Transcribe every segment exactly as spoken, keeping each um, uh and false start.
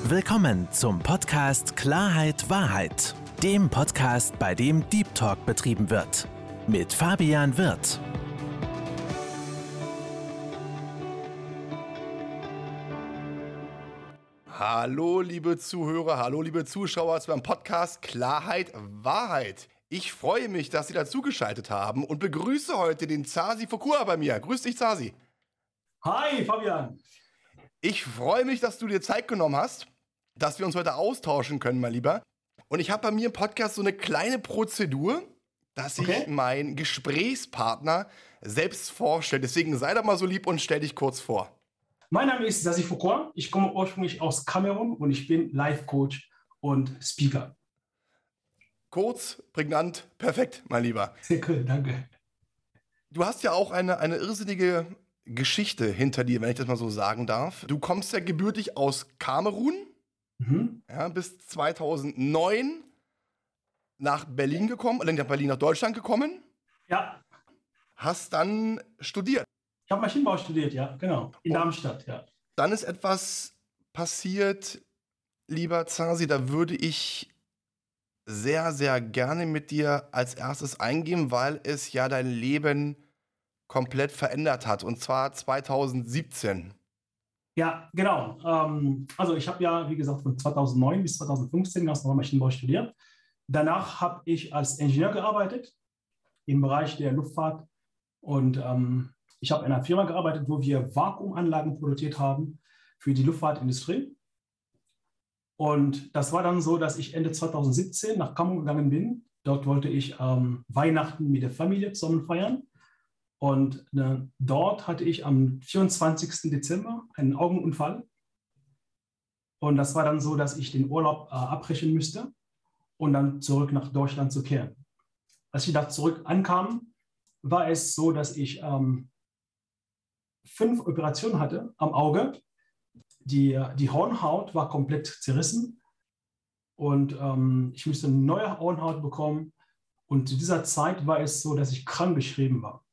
Willkommen zum Podcast Klarheit Wahrheit, dem Podcast, bei dem Deep Talk betrieben wird. Mit Fabian Wirth. Hallo liebe Zuhörer, hallo liebe Zuschauer zu meinem Podcast Klarheit Wahrheit. Ich freue mich, dass Sie dazugeschaltet haben und begrüße heute den Zazi Foucault bei mir. Grüß dich, Zazi. Hi, Fabian. Ich freue mich, dass du dir Zeit genommen hast, dass wir uns heute austauschen können, mein Lieber. Und ich habe bei mir im Podcast so eine kleine Prozedur, dass ich Okay. meinen Gesprächspartner selbst vorstelle. Deswegen sei doch mal so lieb und stell dich kurz vor. Mein Name ist Zazi Foucault. Ich komme ursprünglich aus Kamerun und ich bin Life-Coach und Speaker. Kurz, prägnant, perfekt, mein Lieber. Sehr cool, danke. Du hast ja auch eine, eine irrsinnige Geschichte hinter dir, wenn ich das mal so sagen darf. Du kommst ja gebürtig aus Kamerun, Mhm. ja, bist zweitausendneun nach Berlin gekommen, oder nach Berlin, nach Deutschland gekommen, Ja, hast dann studiert. ich habe Maschinenbau studiert, ja, genau. In Oh. Darmstadt, ja. Dann ist etwas passiert, lieber Zazi, da würde ich sehr, sehr gerne mit dir als erstes eingehen, weil es ja dein Leben komplett verändert hat, und zwar zweitausendsiebzehn. Ja, genau. Ähm, also ich habe ja, wie gesagt, von zweitausendneun bis zweitausendfünfzehn ganz normal Maschinenbau studiert. Danach habe ich als Ingenieur gearbeitet im Bereich der Luftfahrt und ähm, ich habe in einer Firma gearbeitet, wo wir Vakuumanlagen produziert haben für die Luftfahrtindustrie. Und das war dann so, dass ich Ende zweitausendsiebzehn nach Kamerun gegangen bin. Dort wollte ich ähm, Weihnachten mit der Familie zusammen feiern. Und äh, dort hatte ich am vierundzwanzigsten Dezember einen Augenunfall. Und das war dann so, dass ich den Urlaub äh, abbrechen müsste und dann zurück nach Deutschland zu kehren. Als ich da zurück ankam, war es so, dass ich ähm, fünf Operationen hatte am Auge. Die, die Hornhaut war komplett zerrissen und ähm, ich musste eine neue Hornhaut bekommen. Und zu dieser Zeit war es so, dass ich krankgeschrieben war.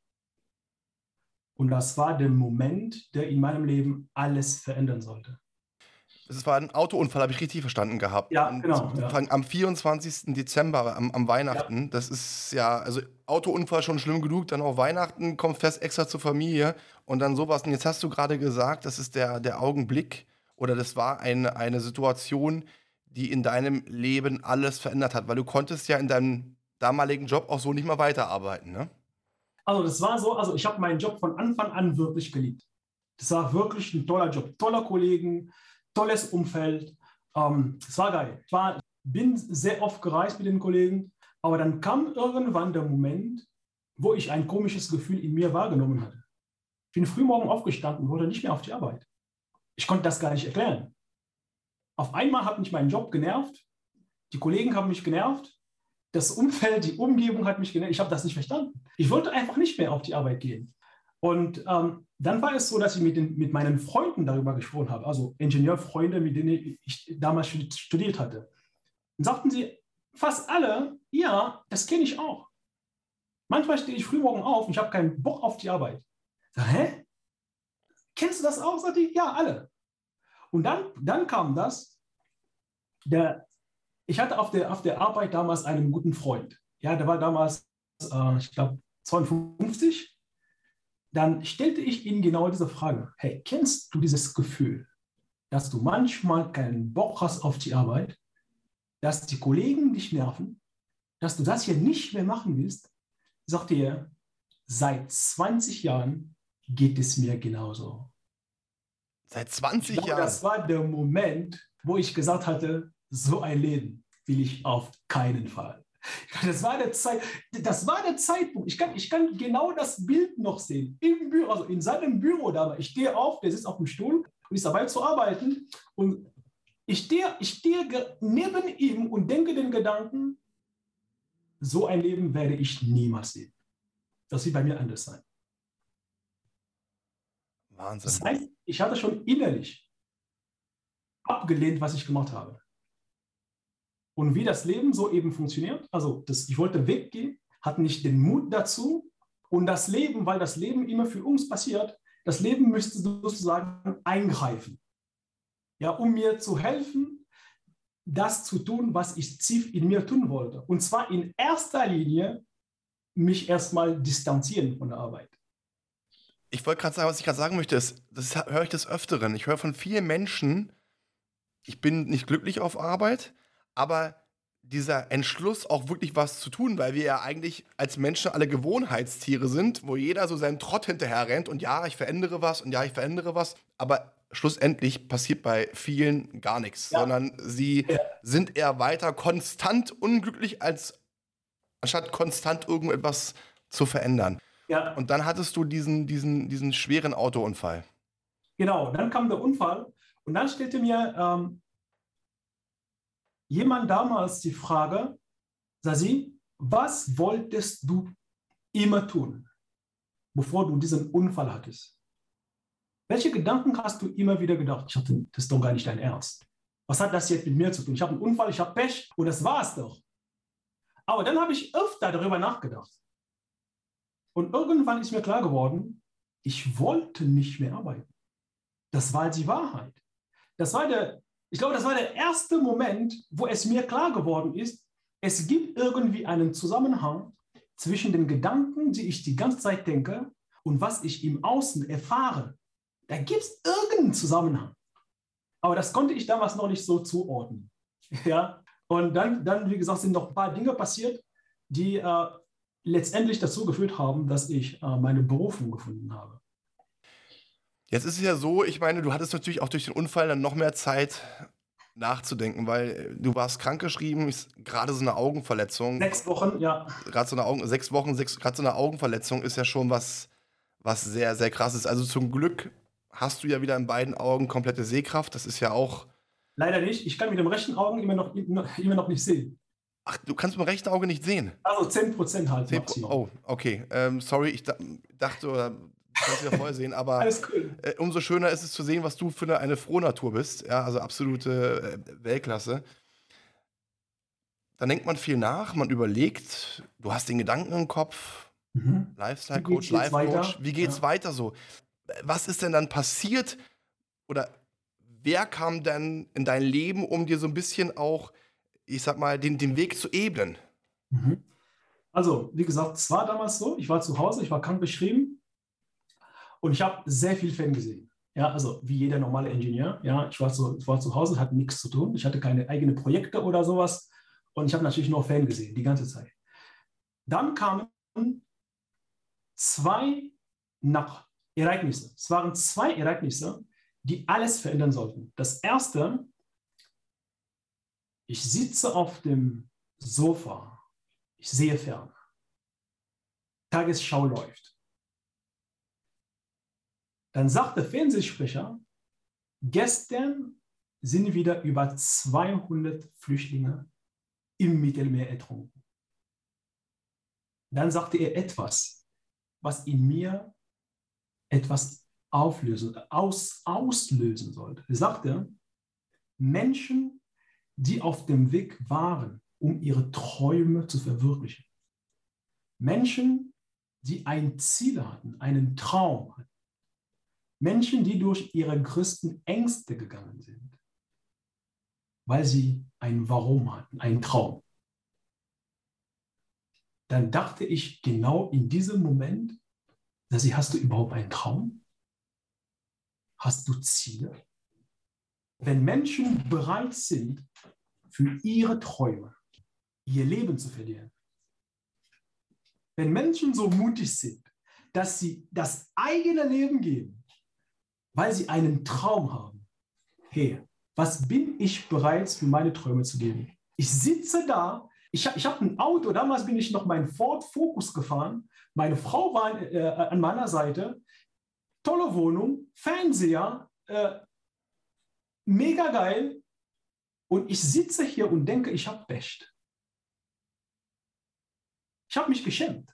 Und das war der Moment, der in meinem Leben alles verändern sollte. Es war ein Autounfall, habe ich richtig verstanden gehabt. Ja, Und genau, ja. Am vierundzwanzigsten Dezember, am, am Weihnachten, das ist ja, also Autounfall schon schlimm genug, dann auch Weihnachten, kommt fest extra zur Familie und dann sowas. Und jetzt hast du gerade gesagt, das ist der, der Augenblick oder das war eine, eine Situation, die in deinem Leben alles verändert hat, weil du konntest ja in deinem damaligen Job auch so nicht mehr weiterarbeiten, ne? Also das war so, also ich habe meinen Job von Anfang an wirklich geliebt. Das war wirklich ein toller Job, toller Kollegen, tolles Umfeld. Ähm, es war geil. Ich war, bin sehr oft gereist mit den Kollegen, aber dann kam irgendwann der Moment, wo ich ein komisches Gefühl in mir wahrgenommen hatte. Ich bin frühmorgen aufgestanden und wollte nicht mehr auf die Arbeit. Ich konnte das gar nicht erklären. Auf einmal hat mich mein Job genervt, die Kollegen haben mich genervt, das Umfeld, die Umgebung hat mich genervt. Ich habe das nicht verstanden. Ich wollte einfach nicht mehr auf die Arbeit gehen. Und ähm, dann war es so, dass ich mit, den, mit meinen Freunden darüber gesprochen habe, also Ingenieurfreunde, mit denen ich damals studiert hatte. Und sagten sie, fast alle, ja, das kenne ich auch. Manchmal stehe ich frühmorgen auf und ich habe keinen Bock auf die Arbeit. Ich sage, hä? Kennst du das auch? Sagte ich, ja, alle. Und dann, dann kam das, der, ich hatte auf der, auf der Arbeit damals einen guten Freund. Ja, der war damals, äh, ich glaube, zweiundfünfzig. Dann stellte ich ihm genau diese Frage. Hey, kennst du dieses Gefühl, dass du manchmal keinen Bock hast auf die Arbeit, dass die Kollegen dich nerven, dass du das hier nicht mehr machen willst? Sagte er, seit zwanzig Jahren geht es mir genauso. Seit zwanzig Ich glaube, Jahren. das war der Moment, wo ich gesagt hatte, so ein Leben will ich auf keinen Fall. Das war der, Zeit, das war der Zeitpunkt. Ich kann, ich kann genau das Bild noch sehen. Im Büro, also in seinem Büro damals. Ich stehe auf, der sitzt auf dem Stuhl und ist dabei zu arbeiten. Und ich stehe, ich stehe neben ihm und denke den Gedanken, so ein Leben werde ich niemals sehen. Das wird bei mir anders sein. Wahnsinn. Das heißt, ich hatte schon innerlich abgelehnt, was ich gemacht habe. Und wie das Leben so eben funktioniert, also das, ich wollte weggehen, hatte nicht den Mut dazu. Und das Leben, weil das Leben immer für uns passiert, das Leben müsste sozusagen eingreifen. ja, um mir zu helfen, das zu tun, was ich tief in mir tun wollte. Und zwar in erster Linie mich erstmal distanzieren von der Arbeit. Ich wollte gerade sagen, was ich gerade sagen möchte, ist, das höre ich des Öfteren. Ich höre von vielen Menschen, ich bin nicht glücklich auf Arbeit, aber dieser Entschluss, auch wirklich was zu tun, weil wir ja eigentlich als Menschen alle Gewohnheitstiere sind, wo jeder so seinen Trott hinterher rennt und ja, ich verändere was und ja, ich verändere was, aber schlussendlich passiert bei vielen gar nichts, Ja. sondern sie Ja. sind eher weiter konstant unglücklich, als anstatt konstant irgendetwas zu verändern. Ja. Und dann hattest du diesen, diesen, diesen schweren Autounfall. Genau, dann kam der Unfall und dann stellte mir ähm, jemand damals die Frage, Sasi, was wolltest du immer tun, bevor du diesen Unfall hattest? Welche Gedanken hast du immer wieder gedacht? Ich dachte, das ist doch gar nicht dein Ernst. Was hat das jetzt mit mir zu tun? Ich habe einen Unfall, ich habe Pech und das war es doch. Aber dann habe ich öfter darüber nachgedacht. Und irgendwann ist mir klar geworden, ich wollte nicht mehr arbeiten. Das war die Wahrheit. Das war der, ich glaube, das war der erste Moment, wo es mir klar geworden ist, es gibt irgendwie einen Zusammenhang zwischen den Gedanken, die ich die ganze Zeit denke, und was ich im Außen erfahre. Da gibt es irgendeinen Zusammenhang. Aber das konnte ich damals noch nicht so zuordnen. Ja? Und dann, dann, wie gesagt, sind noch ein paar Dinge passiert, die äh, letztendlich dazu geführt haben, dass ich äh, meine Berufung gefunden habe. Jetzt ist es ja so, ich meine, du hattest natürlich auch durch den Unfall dann noch mehr Zeit nachzudenken, weil du warst krankgeschrieben, ist gerade so eine Augenverletzung. Sechs Wochen, ja. Gerade so eine Augen, sechs Wochen, sechs, gerade so eine Augenverletzung ist ja schon was, was sehr, sehr krass ist. Also zum Glück hast du ja wieder in beiden Augen komplette Sehkraft. Das ist ja auch. Leider nicht. Ich kann mit dem rechten Auge immer noch, immer noch nicht sehen. Ach, du kannst mit dem rechten Auge nicht sehen? Also zehn Prozent halt. zehn Prozent, oh, okay. Ähm, sorry, ich da, dachte, oder kannst du ja vorher sehen, aber Alles cool. äh, umso schöner ist es zu sehen, was du für eine, eine Frohnatur bist. Ja, also absolute äh, Weltklasse. Dann denkt man viel nach, man überlegt, du hast den Gedanken im Kopf, Mhm. Lifestyle-Coach, Wie geht's jetzt Life-Coach, weiter? wie geht's Ja. weiter so? Was ist denn dann passiert? Oder wer kam dann in dein Leben, um dir so ein bisschen auch, ich sag mal, den, den Weg zu ebnen? Mhm. Also, wie gesagt, es war damals so, ich war zu Hause, ich war krankgeschrieben und ich habe sehr viel Fan gesehen. Ja, also wie jeder normale Ingenieur. Ja, ich war zu, ich war zu Hause, hatte nichts zu tun. Ich hatte keine eigenen Projekte oder sowas und ich habe natürlich nur Fan gesehen, die ganze Zeit. Dann kamen zwei nach Ereignisse. Es waren zwei Ereignisse, die alles verändern sollten. Das erste, ich sitze auf dem Sofa, ich sehe fern. Tagesschau läuft. Dann sagt der Fernsehsprecher, gestern sind wieder über zweihundert Flüchtlinge im Mittelmeer ertrunken. Dann sagte er etwas, was in mir etwas auflösen, aus, auslösen sollte. Er sagte, Menschen, die auf dem Weg waren, um ihre Träume zu verwirklichen. Menschen, die ein Ziel hatten, einen Traum hatten. Menschen, die durch ihre größten Ängste gegangen sind, weil sie ein Warum hatten, einen Traum. Dann dachte ich genau in diesem Moment, dass sie, hast du überhaupt einen Traum? Hast du Ziele? Wenn Menschen bereit sind, für ihre Träume ihr Leben zu verlieren, wenn Menschen so mutig sind, dass sie das eigene Leben geben, weil sie einen Traum haben, hey, was bin ich bereit für meine Träume zu geben? Ich sitze da, ich, ich habe ein Auto, damals bin ich noch meinen Ford Focus gefahren, meine Frau war äh, an meiner Seite, tolle Wohnung, Fernseher, äh, mega geil, und ich sitze hier und denke, ich habe Pech. Ich habe mich geschämt.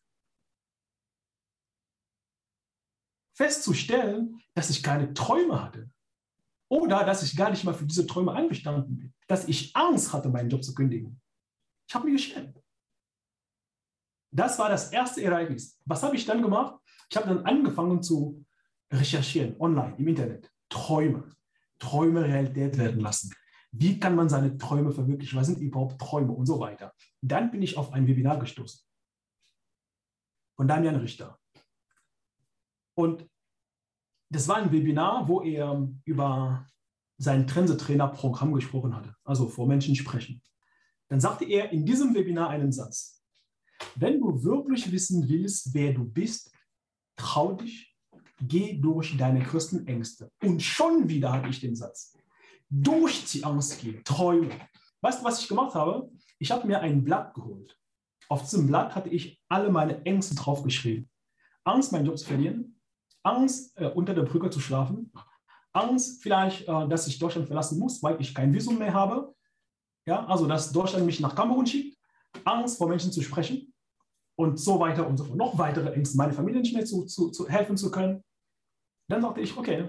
Festzustellen, dass ich keine Träume hatte oder dass ich gar nicht mal für diese Träume eingestanden bin, dass ich Angst hatte, meinen Job zu kündigen. Ich habe mich geschämt. Das war das erste Ereignis. Was habe ich dann gemacht? Ich habe dann angefangen zu recherchieren, online, im Internet, Träume. Träume Realität werden lassen. Wie kann man seine Träume verwirklichen? Was sind überhaupt Träume und so weiter? Dann bin ich auf ein Webinar gestoßen von Damian Richter. Und das war ein Webinar, wo er über sein Trense-Trainer-Programm gesprochen hatte, also vor Menschen sprechen. Dann sagte er in diesem Webinar einen Satz: Wenn du wirklich wissen willst, wer du bist, trau dich, geh durch deine größten Ängste. Und schon wieder hatte ich den Satz: Durch die Angst gehen, träume. Weißt du, was ich gemacht habe? Ich habe mir ein Blatt geholt. Auf diesem Blatt hatte ich alle meine Ängste draufgeschrieben. Angst, meinen Job zu verlieren. Angst, äh, unter der Brücke zu schlafen. Angst, vielleicht, äh, dass ich Deutschland verlassen muss, weil ich kein Visum mehr habe. Ja, also, dass Deutschland mich nach Kamerun schickt. Angst, vor Menschen zu sprechen. Und so weiter und so fort. Noch weitere Ängste, meine Familie nicht mehr zu, zu, zu helfen zu können. Dann sagte ich, okay,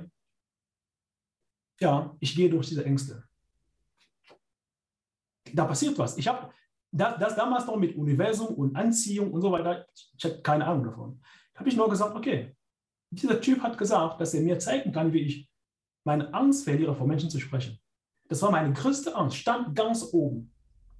ja, ich gehe durch diese Ängste. Da passiert was. Ich habe das, das damals noch mit Universum und Anziehung und so weiter, ich hatte keine Ahnung davon. Da habe ich nur gesagt, okay, dieser Typ hat gesagt, dass er mir zeigen kann, wie ich meine Angst verliere, vor Menschen zu sprechen. Das war meine größte Angst, stand ganz oben.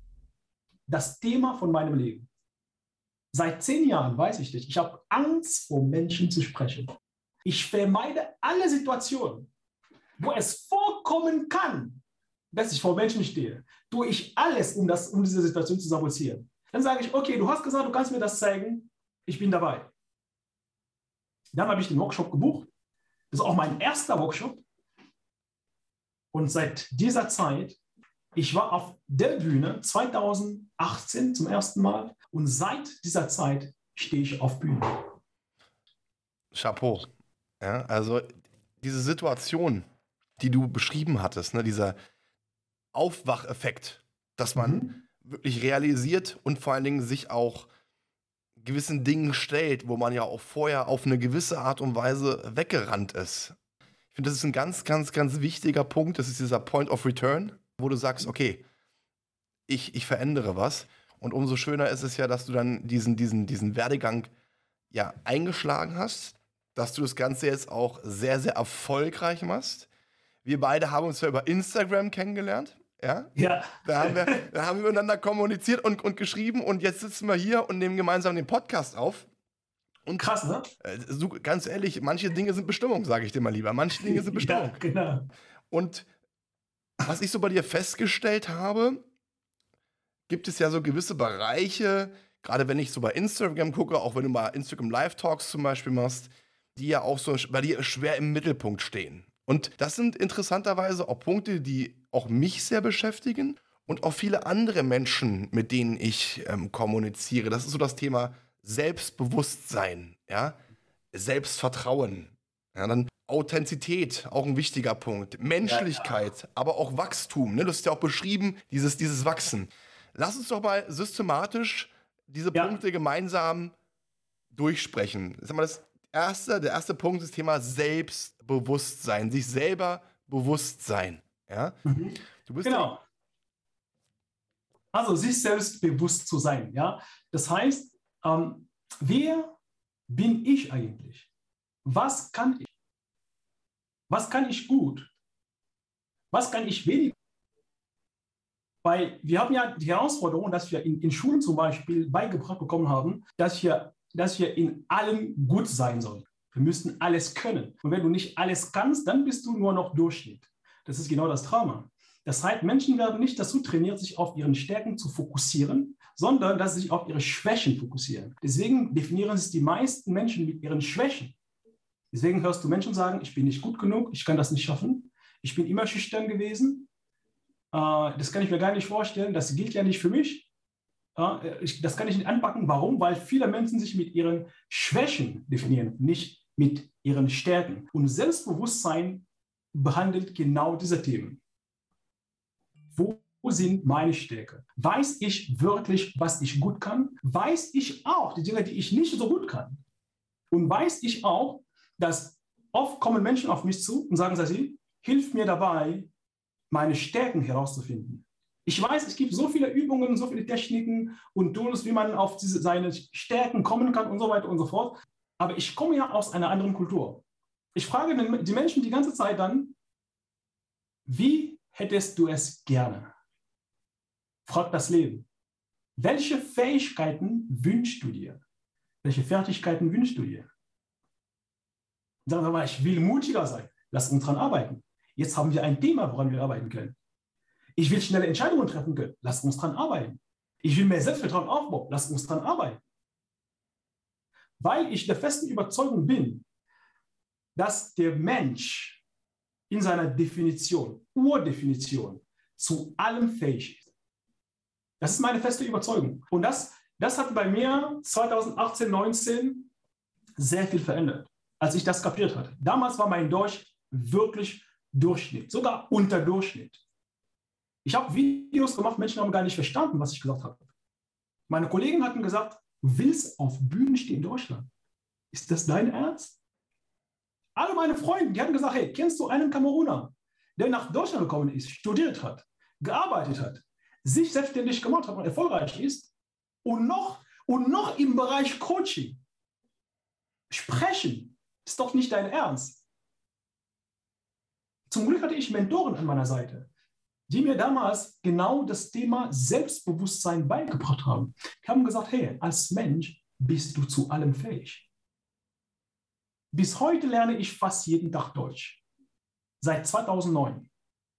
Das Thema von meinem Leben. Seit zehn Jahren weiß ich nicht, ich habe Angst, vor Menschen zu sprechen. Ich vermeide alle Situationen, wo es vorkommen kann, dass ich vor Menschen stehe. Tue ich alles, um, das, um diese Situation zu sabotieren. Dann sage ich, okay, du hast gesagt, du kannst mir das zeigen, ich bin dabei. Dann habe ich den Workshop gebucht. Das ist auch mein erster Workshop. Und seit dieser Zeit, ich war auf der Bühne zweitausendachtzehn zum ersten Mal und seit dieser Zeit stehe ich auf Bühne. Chapeau. Ja, also diese Situation, die du beschrieben hattest, ne, dieser Aufwacheffekt, dass man mhm. wirklich realisiert und vor allen Dingen sich auch gewissen Dingen stellt, wo man ja auch vorher auf eine gewisse Art und Weise weggerannt ist. Ich finde, das ist ein ganz, ganz, ganz wichtiger Punkt. Das ist dieser Point of Return, wo du sagst, okay, ich, ich verändere was. Und umso schöner ist es ja, dass du dann diesen, diesen, diesen Werdegang ja eingeschlagen hast, dass du das Ganze jetzt auch sehr, sehr erfolgreich machst. Wir beide haben uns ja über Instagram kennengelernt. Ja? Ja. Da haben wir, da haben wir miteinander kommuniziert und, und geschrieben und jetzt sitzen wir hier und nehmen gemeinsam den Podcast auf. Und krass, ne? Äh, so, ganz ehrlich, manche Dinge sind Bestimmung, sage ich dir mal lieber. Manche Dinge sind Bestimmung. Ja, genau. Und was ich so bei dir festgestellt habe, gibt es ja so gewisse Bereiche, gerade wenn ich so bei Instagram gucke, auch wenn du mal Instagram Live-Talks zum Beispiel machst, die ja auch so bei dir schwer im Mittelpunkt stehen. Und das sind interessanterweise auch Punkte, die auch mich sehr beschäftigen und auch viele andere Menschen, mit denen ich ähm, kommuniziere. Das ist so das Thema Selbstbewusstsein, ja, Selbstvertrauen, ja, dann Authentizität, auch ein wichtiger Punkt, Menschlichkeit, ja, ja. aber auch Wachstum, ne? Du hast ja auch beschrieben, dieses, dieses Wachsen. Lass uns doch mal systematisch diese ja. Punkte gemeinsam durchsprechen. Sag mal, das erste, der erste Punkt ist das Thema Selbstbewusstsein, sich selber bewusst sein. Ja? Mhm. Du bist genau. Also sich selbst bewusst zu sein. Ja? Das heißt, ähm, wer bin ich eigentlich? Was kann ich? Was kann ich gut? Was kann ich weniger? Weil wir haben ja die Herausforderung, dass wir in, in Schulen zum Beispiel beigebracht bekommen haben, dass wir, dass wir in allem gut sein sollen. Wir müssen alles können. Und wenn du nicht alles kannst, dann bist du nur noch Durchschnitt. Das ist genau das Trauma. Das heißt, Menschen werden nicht dazu trainiert, sich auf ihren Stärken zu fokussieren, sondern dass sie sich auf ihre Schwächen fokussieren. Deswegen definieren sich die meisten Menschen mit ihren Schwächen. Deswegen hörst du Menschen sagen, ich bin nicht gut genug, ich kann das nicht schaffen, ich bin immer schüchtern gewesen, äh, das kann ich mir gar nicht vorstellen, das gilt ja nicht für mich, äh, ich, das kann ich nicht anpacken. Warum? Weil viele Menschen sich mit ihren Schwächen definieren, nicht mit ihren Stärken. Und Selbstbewusstsein behandelt genau diese Themen. Wo sind meine Stärken? Weiß ich wirklich, was ich gut kann? Weiß ich auch die Dinge, die ich nicht so gut kann? Und weiß ich auch, dass oft kommen Menschen auf mich zu und sagen, Sassi, hilf mir dabei, meine Stärken herauszufinden. Ich weiß, es gibt so viele Übungen, so viele Techniken und Tools, wie man auf diese, seine Stärken kommen kann und so weiter und so fort. Aber ich komme ja aus einer anderen Kultur. Ich frage die Menschen die ganze Zeit dann, Wie hättest du es gerne? Fragt das Leben. Welche Fähigkeiten wünschst du dir? Welche Fertigkeiten wünschst du dir? Sagen wir mal, ich will mutiger sein. Lass uns daran arbeiten. Jetzt haben wir ein Thema, woran wir arbeiten können. Ich will schnelle Entscheidungen treffen können. Lass uns daran arbeiten. Ich will mehr Selbstvertrauen aufbauen. Lass uns daran arbeiten. Weil ich der festen Überzeugung bin, dass der Mensch in seiner Definition, Urdefinition, zu allem fähig ist. Das ist meine feste Überzeugung. Und das, das hat bei mir zwanzig achtzehn, neunzehn sehr viel verändert, als ich das kapiert hatte. Damals war mein Deutsch wirklich Durchschnitt, sogar unter Durchschnitt. Ich habe Videos gemacht, Menschen haben gar nicht verstanden, was ich gesagt habe. Meine Kollegen hatten gesagt, du willst auf Bühnen stehen in Deutschland. Ist das dein Ernst? Alle meine Freunde, die hatten gesagt, hey, kennst du einen Kameruner, der nach Deutschland gekommen ist, studiert hat, gearbeitet hat, sich selbstständig gemacht hat und erfolgreich ist und noch, und noch im Bereich Coaching sprechen, ist doch nicht dein Ernst. Zum Glück hatte ich Mentoren an meiner Seite, die mir damals genau das Thema Selbstbewusstsein beigebracht haben. Die haben gesagt, hey, als Mensch bist du zu allem fähig. Bis heute lerne ich fast jeden Tag Deutsch. Seit zweitausendneun.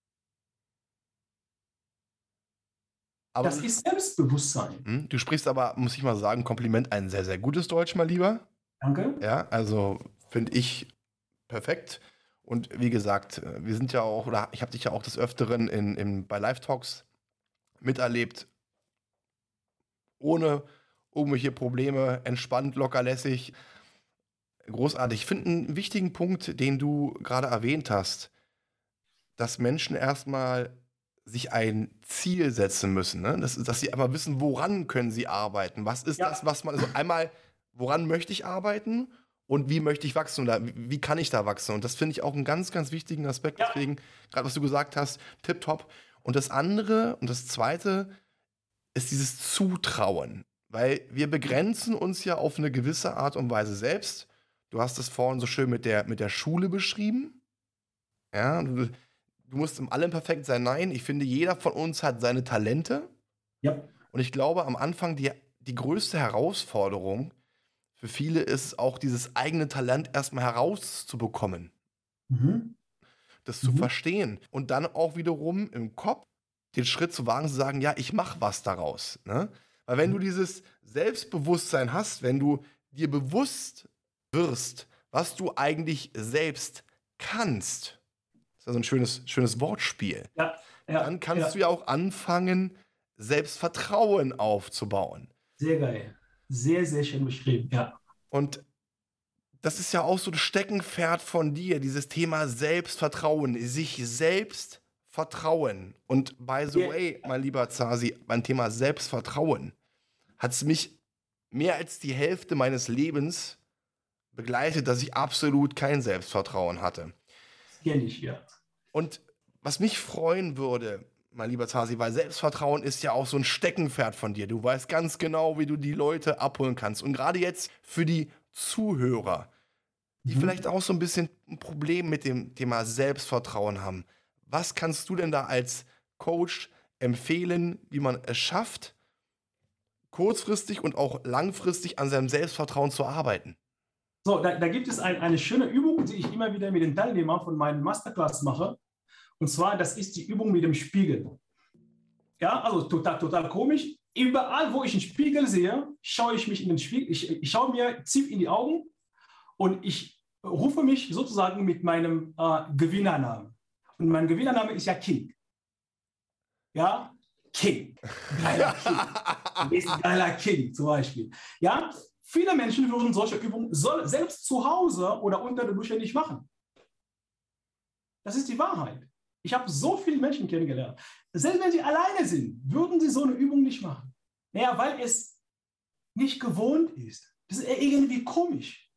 Aber das ist Selbstbewusstsein. Du sprichst aber, muss ich mal sagen, Kompliment, ein sehr, sehr gutes Deutsch, mein Lieber. Danke. Ja, also finde ich perfekt. Und wie gesagt, wir sind ja auch, oder ich habe dich ja auch des Öfteren in, in, bei Live-Talks miterlebt, ohne irgendwelche Probleme, entspannt, lockerlässig, großartig. Ich finde einen wichtigen Punkt, den du gerade erwähnt hast, dass Menschen erstmal sich ein Ziel setzen müssen, ne? Das ist, dass sie einmal wissen, woran können sie arbeiten. Was ist ja. das, was man, also einmal, woran möchte ich arbeiten? Und wie möchte ich wachsen oder wie, wie kann ich da wachsen? Und das finde ich auch einen ganz, ganz wichtigen Aspekt. Ja. Deswegen, gerade was du gesagt hast, tipptopp. Und das andere und das zweite ist dieses Zutrauen. Weil wir begrenzen uns ja auf eine gewisse Art und Weise selbst. Du hast es vorhin so schön mit der, mit der Schule beschrieben. Ja, du, du musst im Allem perfekt sein. Nein, ich finde, jeder von uns hat seine Talente. Ja. Und ich glaube, am Anfang die, die größte Herausforderung für viele ist es auch, dieses eigene Talent erstmal herauszubekommen. Mhm. Das zu mhm. verstehen. Und dann auch wiederum im Kopf den Schritt zu wagen, zu sagen, ja, ich mache was daraus. Ne? Weil wenn du dieses Selbstbewusstsein hast, wenn du dir bewusst wirst, was du eigentlich selbst kannst, das ist ja so ein schönes, schönes Wortspiel, ja, ja, dann kannst ja. du ja auch anfangen, Selbstvertrauen aufzubauen. Sehr geil. Sehr, sehr schön beschrieben, ja. Und das ist ja auch so das Steckenpferd von dir, dieses Thema Selbstvertrauen, sich selbst vertrauen. Und by the Yeah. way, mein lieber Zazi, beim Thema Selbstvertrauen hat es mich mehr als die Hälfte meines Lebens begleitet, dass ich absolut kein Selbstvertrauen hatte. Das kenne ich, ja. Und was mich freuen würde, mein lieber Zazi, weil Selbstvertrauen ist ja auch so ein Steckenpferd von dir. Du weißt ganz genau, wie du die Leute abholen kannst. Und gerade jetzt für die Zuhörer, die mhm. vielleicht auch so ein bisschen ein Problem mit dem Thema Selbstvertrauen haben. Was kannst du denn da als Coach empfehlen, wie man es schafft, kurzfristig und auch langfristig an seinem Selbstvertrauen zu arbeiten? So, da, da gibt es ein, eine schöne Übung, die ich immer wieder mit den Teilnehmern von meinen Masterclass mache. Und zwar, das ist die Übung mit dem Spiegel. Ja, also total, total komisch. Überall, wo ich einen Spiegel sehe, schaue ich mich in den Spiegel, ich, ich schaue mir tief in die Augen und ich rufe mich sozusagen mit meinem äh, Gewinnernamen. Und mein Gewinnername ist ja King. Ja, King. Geiler King. Ist ein geiler King zum Beispiel. Ja, viele Menschen würden solche Übungen soll, selbst zu Hause oder unter der Dusche nicht machen. Das ist die Wahrheit. Ich habe so viele Menschen kennengelernt. Selbst wenn sie alleine sind, würden sie so eine Übung nicht machen. Naja, weil es nicht gewohnt ist. Das ist irgendwie komisch.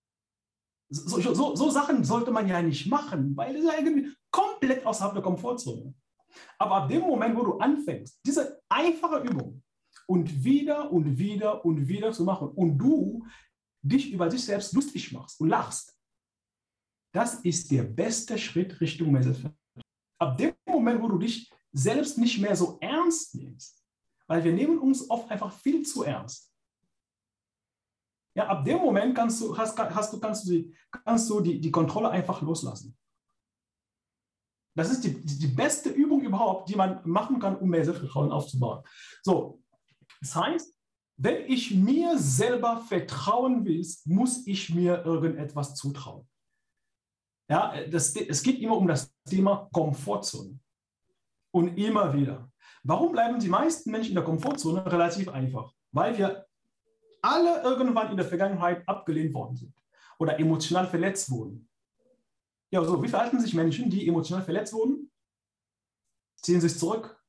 So, so, so Sachen sollte man ja nicht machen, weil es ja irgendwie komplett außerhalb der Komfortzone. Aber ab dem Moment, wo du anfängst, diese einfache Übung und wieder und wieder und wieder zu machen und du dich über dich selbst lustig machst und lachst, das ist der beste Schritt Richtung mehr Selbstvertrauen. Ab dem Moment, wo du dich selbst nicht mehr so ernst nimmst, weil wir nehmen uns oft einfach viel zu ernst. Ja, ab dem Moment kannst du, hast, hast du, kannst du, die, kannst du die, die Kontrolle einfach loslassen. Das ist die, die beste Übung überhaupt, die man machen kann, um mehr Selbstvertrauen aufzubauen. So, das heißt, wenn ich mir selber vertrauen will, muss ich mir irgendetwas zutrauen. Ja, das, es geht immer um das Thema Komfortzone. Und immer wieder. Warum bleiben die meisten Menschen in der Komfortzone? Relativ einfach. Weil wir alle irgendwann in der Vergangenheit abgelehnt worden sind oder emotional verletzt wurden. Ja, so, wie verhalten sich Menschen, die emotional verletzt wurden? Ziehen sich zurück.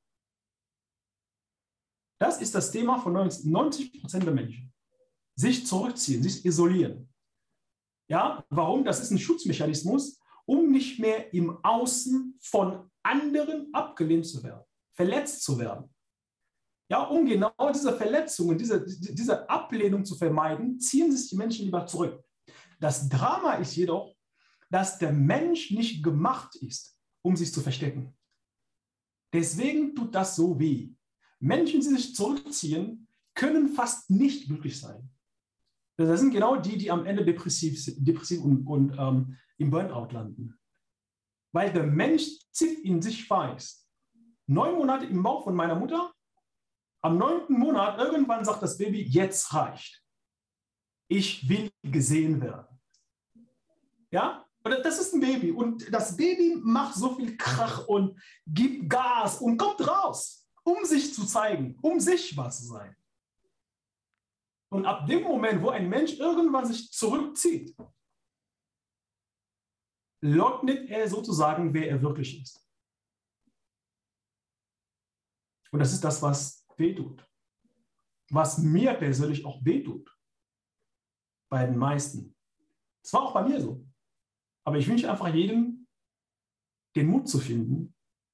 Das ist das Thema von neunzig Prozent der Menschen. Sich zurückziehen, sich isolieren. Ja, warum? Das ist ein Schutzmechanismus, um nicht mehr im Außen von anderen abgelehnt zu werden, verletzt zu werden. Ja, um genau diese Verletzungen, diese, diese Ablehnung zu vermeiden, ziehen sich die Menschen lieber zurück. Das Drama ist jedoch, dass der Mensch nicht gemacht ist, um sich zu verstecken. Deswegen tut das so weh. Menschen, die sich zurückziehen, können fast nicht glücklich sein. Das sind genau die, die am Ende depressiv, depressiv und, und ähm, im Burnout landen. Weil der Mensch tief in sich weiß, neun Monate im Bauch von meiner Mutter, am neunten Monat, irgendwann sagt das Baby, jetzt reicht. Ich will gesehen werden. Ja? Und das ist ein Baby. Und das Baby macht so viel Krach und gibt Gas und kommt raus, um sich zu zeigen, um sichtbar zu sein. Und ab dem Moment, wo ein Mensch irgendwann sich zurückzieht, leugnet er sozusagen, wer er wirklich ist. Und das ist das, was wehtut. Was mir persönlich auch wehtut. Bei den meisten. Das war auch bei mir so. Aber ich wünsche einfach jedem, den Mut zu finden,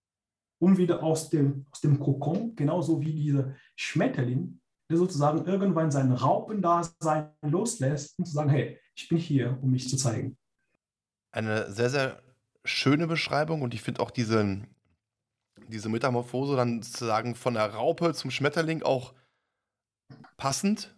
um wieder aus dem, aus dem Kokon, genauso wie dieser Schmetterling, der sozusagen irgendwann sein Raupendasein loslässt und zu sagen, hey, ich bin hier, um mich zu zeigen. Eine sehr, sehr schöne Beschreibung und ich finde auch diese, diese Metamorphose dann sozusagen von der Raupe zum Schmetterling auch passend,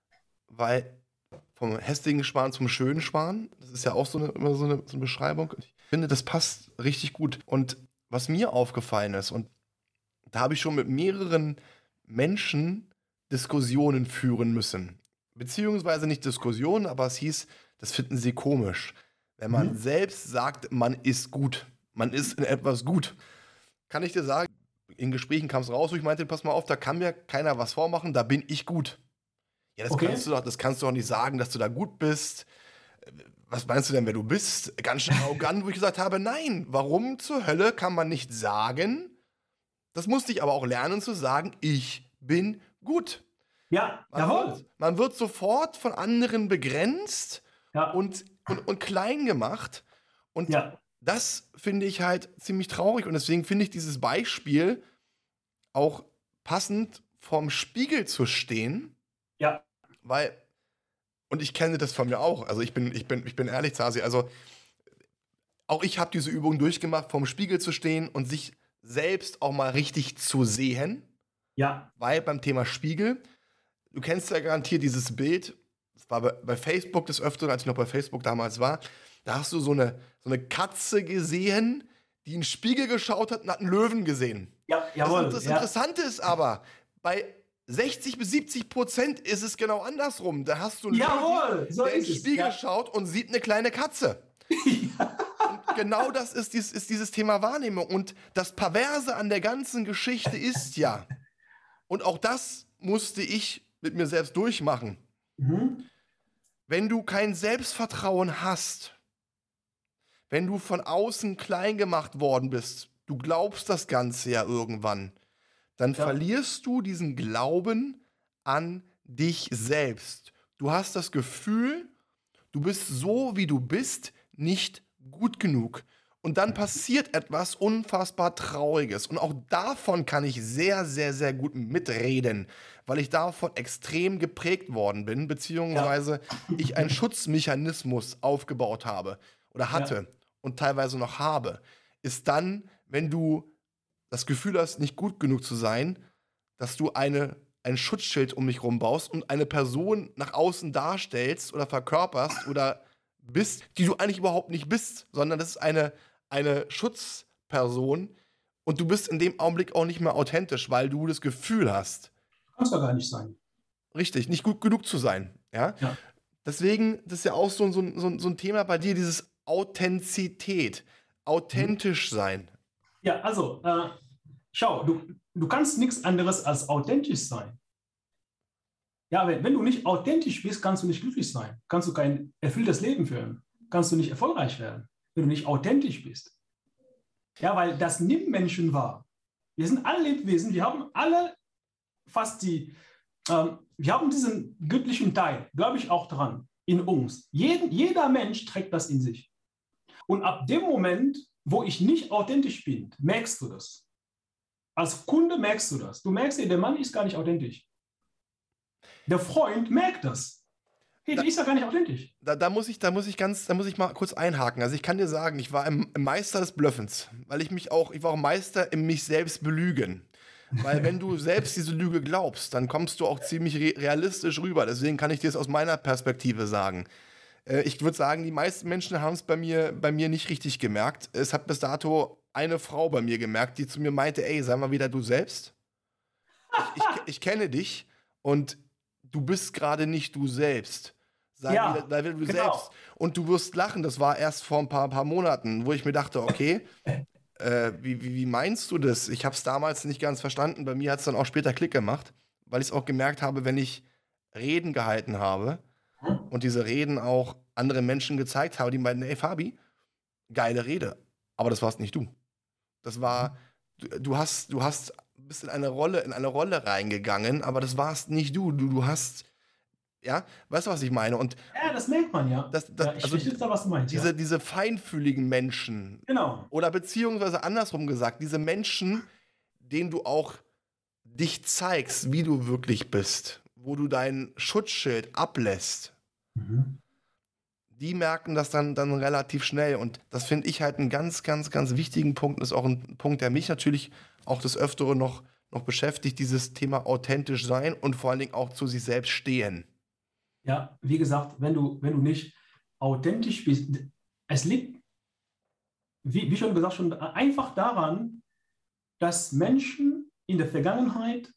weil vom hässlichen Schwan zum schönen Schwan, das ist ja auch so eine, immer so eine, so eine Beschreibung. Ich finde, das passt richtig gut. Und was mir aufgefallen ist, und da habe ich schon mit mehreren Menschen Diskussionen führen müssen. Beziehungsweise nicht Diskussionen, aber es hieß, das finden sie komisch. Wenn man mhm. selbst sagt, man ist gut, man ist in etwas gut, kann ich dir sagen, in Gesprächen kam es raus, wo ich meinte, pass mal auf, da kann mir keiner was vormachen, da bin ich gut. Ja, das, okay. kannst du doch, das kannst du doch nicht sagen, dass du da gut bist. Was meinst du denn, wer du bist? Ganz schön arrogant, wo ich gesagt habe, nein, warum zur Hölle kann man nicht sagen? Das musste ich aber auch lernen zu sagen, ich bin gut. Ja, man jawohl. Wird, man wird sofort von anderen begrenzt ja. und, und, und klein gemacht. Und ja. das finde ich halt ziemlich traurig. Und deswegen finde ich dieses Beispiel auch passend, vorm Spiegel zu stehen. Ja. Weil, und ich kenne das von mir auch, also ich bin, ich bin, ich bin ehrlich, Zasi, also auch ich habe diese Übung durchgemacht, vorm Spiegel zu stehen und sich selbst auch mal richtig zu sehen. Ja. Weil beim Thema Spiegel, du kennst ja garantiert dieses Bild, das war bei, bei Facebook des Öfteren, als ich noch bei Facebook damals war, da hast du so eine, so eine Katze gesehen, die in den Spiegel geschaut hat und hat einen Löwen gesehen. Ja, jawohl. Das, das ja. Interessante ist aber, bei sechzig bis siebzig Prozent ist es genau andersrum. Da hast du einen jawohl, Löwen, so der in ist den es. Spiegel ja. schaut und sieht eine kleine Katze. ja. Und genau das ist, dies, ist dieses Thema Wahrnehmung. Und das Perverse an der ganzen Geschichte ist ja, und auch das musste ich mit mir selbst durchmachen, Mhm. wenn du kein Selbstvertrauen hast, wenn du von außen klein gemacht worden bist, du glaubst das Ganze ja irgendwann, dann Ja. verlierst du diesen Glauben an dich selbst. Du hast das Gefühl, du bist so, wie du bist, nicht gut genug. Und dann passiert etwas unfassbar Trauriges. Und auch davon kann ich sehr, sehr, sehr gut mitreden, weil ich davon extrem geprägt worden bin, beziehungsweise ja. ich einen Schutzmechanismus aufgebaut habe oder hatte ja. und teilweise noch habe, ist dann, wenn du das Gefühl hast, nicht gut genug zu sein, dass du eine, ein Schutzschild um dich rum baust und eine Person nach außen darstellst oder verkörperst oder bist, die du eigentlich überhaupt nicht bist, sondern das ist eine, eine Schutzperson und du bist in dem Augenblick auch nicht mehr authentisch, weil du das Gefühl hast, Kannst du gar nicht sein. richtig, nicht gut genug zu sein. Ja? Ja. Deswegen, das ist ja auch so, so, so, so ein Thema bei dir, dieses Authentizität, authentisch sein. Ja, also, äh, schau, du, du kannst nichts anderes als authentisch sein. Ja, wenn, wenn du nicht authentisch bist, kannst du nicht glücklich sein. Kannst du kein erfülltes Leben führen. Kannst du nicht erfolgreich werden, wenn du nicht authentisch bist. Ja, weil das nimmt Menschen wahr. Wir sind alle Lebewesen, wir haben alle fast die, ähm, wir haben diesen göttlichen Teil, glaube ich auch dran, in uns. Jeden, jeder Mensch trägt das in sich. Und ab dem Moment, wo ich nicht authentisch bin, merkst du das. Als Kunde merkst du das. Du merkst, der Mann ist gar nicht authentisch. Der Freund merkt das. Hey, der ist ja gar nicht authentisch. Da, da, muss ich, da, muss ich ganz, da muss ich mal kurz einhaken. Also ich kann dir sagen, ich war im, im Meister des Bluffens, weil ich mich auch, ich war auch Meister im mich selbst belügen. Weil wenn du selbst diese Lüge glaubst, dann kommst du auch ziemlich re- realistisch rüber. Deswegen kann ich dir das aus meiner Perspektive sagen. Äh, ich würde sagen, die meisten Menschen haben es bei mir, bei mir nicht richtig gemerkt. Es hat bis dato eine Frau bei mir gemerkt, die zu mir meinte, ey, sei mal wieder du selbst. Ich, ich, ich kenne dich und du bist gerade nicht du selbst. Sei Ja, wieder, sei wieder du genau. selbst. Und du wirst lachen. Das war erst vor ein paar, paar Monaten, wo ich mir dachte, okay, äh, wie, wie, wie meinst du das? Ich habe es damals nicht ganz verstanden. Bei mir hat es dann auch später Klick gemacht, weil ich es auch gemerkt habe, wenn ich Reden gehalten habe und diese Reden auch anderen Menschen gezeigt habe, die meinten, ey Fabi, geile Rede. Aber das warst nicht du. Das war, du, du hast, du hast, bist in eine Rolle, in eine Rolle reingegangen, aber das warst nicht du. Du, du hast, ja, weißt du, was ich meine? Und Ja, das merkt man ja. das, das, ja ich also verstehe da, was du meinst. diese, ja. diese feinfühligen Menschen Genau. oder beziehungsweise andersrum gesagt, diese Menschen, denen du auch dich zeigst, wie du wirklich bist, wo du dein Schutzschild ablässt, Mhm. die merken das dann, dann relativ schnell. Und das finde ich halt einen ganz, ganz, ganz wichtigen Punkt. Das ist auch ein Punkt, der mich natürlich auch des Öfteren noch, noch beschäftigt, dieses Thema authentisch sein und vor allen Dingen auch zu sich selbst stehen. Ja, wie gesagt, wenn du, wenn du nicht authentisch bist, es liegt, wie, wie schon gesagt, schon einfach daran, dass Menschen in der Vergangenheit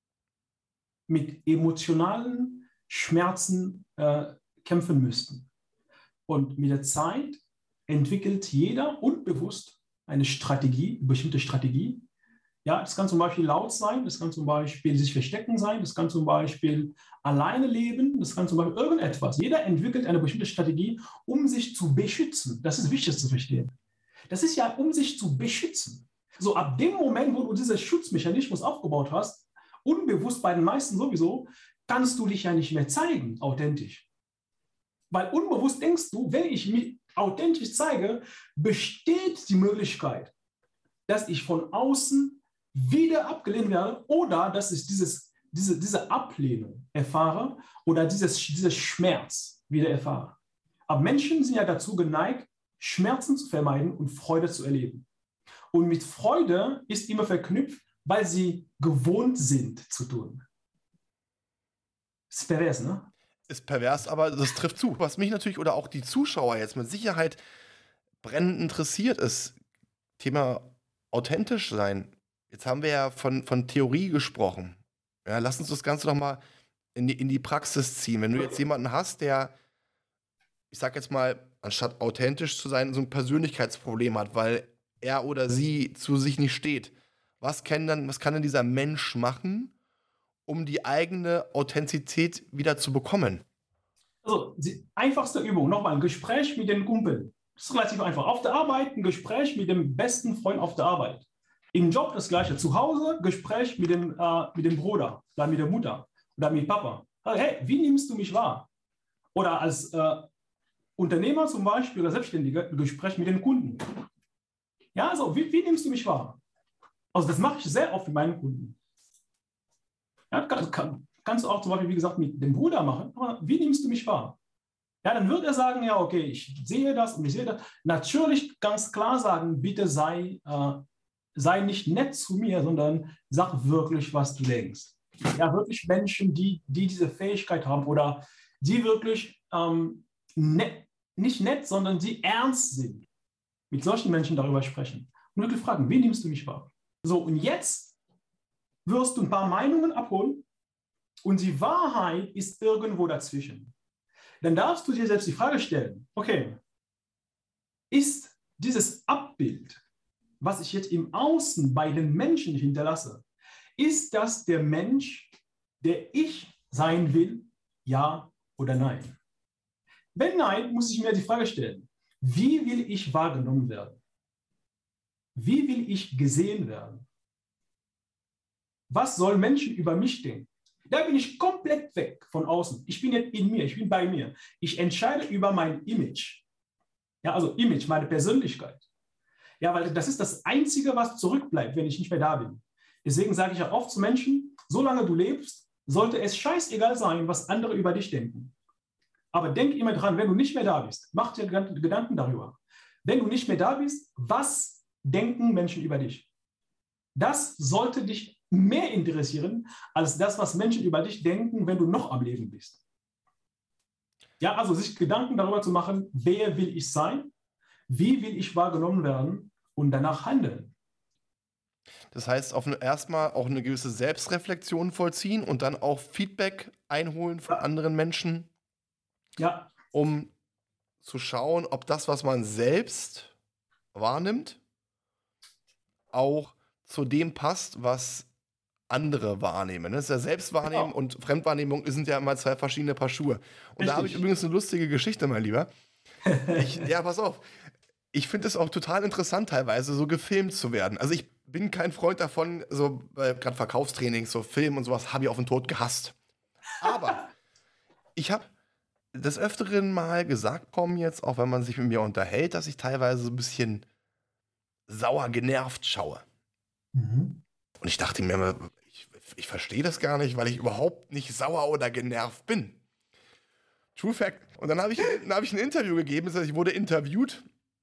mit emotionalen Schmerzen äh, kämpfen müssten. Und mit der Zeit entwickelt jeder unbewusst eine Strategie, eine bestimmte Strategie. Ja, das kann zum Beispiel laut sein, das kann zum Beispiel sich verstecken sein, das kann zum Beispiel alleine leben, das kann zum Beispiel irgendetwas. Jeder entwickelt eine bestimmte Strategie, um sich zu beschützen. Das ist wichtig zu verstehen. Das ist ja, um sich zu beschützen. So ab dem Moment, wo du diesen Schutzmechanismus aufgebaut hast, unbewusst bei den meisten sowieso, kannst du dich ja nicht mehr zeigen, authentisch. Weil unbewusst denkst du, wenn ich mich authentisch zeige, besteht die Möglichkeit, dass ich von außen wieder abgelehnt werde oder dass ich dieses, diese, diese Ablehnung erfahre oder dieses, dieser Schmerz wieder erfahre. Aber Menschen sind ja dazu geneigt, Schmerzen zu vermeiden und Freude zu erleben. Und mit Freude ist immer verknüpft, weil sie gewohnt sind zu tun. Ist pervers, ne? Ist pervers, aber das trifft zu. Was mich natürlich oder auch die Zuschauer jetzt mit Sicherheit brennend interessiert, ist Thema authentisch sein. Jetzt haben wir ja von, von Theorie gesprochen. Ja, lass uns das Ganze doch mal in die, in die Praxis ziehen. Wenn du jetzt jemanden hast, der, ich sag jetzt mal, anstatt authentisch zu sein, so ein Persönlichkeitsproblem hat, weil er oder sie zu sich nicht steht, was kann dann, was kann denn dieser Mensch machen, um die eigene Authentizität wieder zu bekommen? Also, die einfachste Übung, nochmal ein Gespräch mit den Kumpeln. Das ist relativ einfach. Auf der Arbeit ein Gespräch mit dem besten Freund auf der Arbeit. Im Job das Gleiche. Zu Hause Gespräch mit dem, äh, mit dem Bruder oder mit der Mutter oder mit Papa. Hey, wie nimmst du mich wahr? Oder als äh, Unternehmer zum Beispiel oder Selbstständiger ein Gespräch mit den Kunden. Ja, also, wie, wie nimmst du mich wahr? Also, das mache ich sehr oft mit meinen Kunden. Ja, kann, kann, kannst du auch zum Beispiel, wie gesagt, mit dem Bruder machen, aber wie nimmst du mich wahr? Ja, dann wird er sagen, ja, okay, ich sehe das und ich sehe das. Natürlich ganz klar sagen, bitte sei, äh, sei nicht nett zu mir, sondern sag wirklich, was du denkst. Ja, wirklich Menschen, die, die diese Fähigkeit haben oder die wirklich ähm, net, nicht nett, sondern die ernst sind. Mit solchen Menschen darüber sprechen. Und wirklich fragen, wie nimmst du mich wahr? So, und jetzt wirst du ein paar Meinungen abholen und die Wahrheit ist irgendwo dazwischen. Dann darfst du dir selbst die Frage stellen, okay, ist dieses Abbild, was ich jetzt im Außen bei den Menschen hinterlasse, ist das der Mensch, der ich sein will, ja oder nein? Wenn nein, muss ich mir die Frage stellen, wie will ich wahrgenommen werden? Wie will ich gesehen werden? Was sollen Menschen über mich denken? Da bin ich komplett weg von außen. Ich bin jetzt in mir, ich bin bei mir. Ich entscheide über mein Image. Ja, also Image, meine Persönlichkeit. Ja, weil das ist das Einzige, was zurückbleibt, wenn ich nicht mehr da bin. Deswegen sage ich auch oft zu Menschen, solange du lebst, sollte es scheißegal sein, was andere über dich denken. Aber denk immer dran, wenn du nicht mehr da bist, mach dir Gedanken darüber. Wenn du nicht mehr da bist, was denken Menschen über dich? Das sollte dich mehr interessieren, als das, was Menschen über dich denken, wenn du noch am Leben bist. Ja, also sich Gedanken darüber zu machen, wer will ich sein, wie will ich wahrgenommen werden und danach handeln. Das heißt, auf eine, erstmal auch eine gewisse Selbstreflexion vollziehen und dann auch Feedback einholen von Ja. anderen Menschen, Ja, um zu schauen, ob das, was man selbst wahrnimmt, auch zu dem passt, was andere wahrnehmen. Das ist ja Selbstwahrnehmen Genau. und Fremdwahrnehmung sind ja immer zwei verschiedene Paar Schuhe. Und da habe ich Richtig. übrigens eine lustige Geschichte, mein Lieber. Ich, ja, pass auf. Ich finde es auch total interessant, teilweise so gefilmt zu werden. Also ich bin kein Freund davon, so äh, gerade Verkaufstrainings, so Film und sowas, habe ich auf den Tod gehasst. Aber ich habe des Öfteren mal gesagt bekommen jetzt, auch wenn man sich mit mir unterhält, dass ich teilweise so ein bisschen sauer genervt schaue. Mhm. Und ich dachte mir immer, ich, ich verstehe das gar nicht, weil ich überhaupt nicht sauer oder genervt bin. True Fact. Und dann habe ich, dann hab ich ein Interview gegeben, das heißt, ich wurde interviewt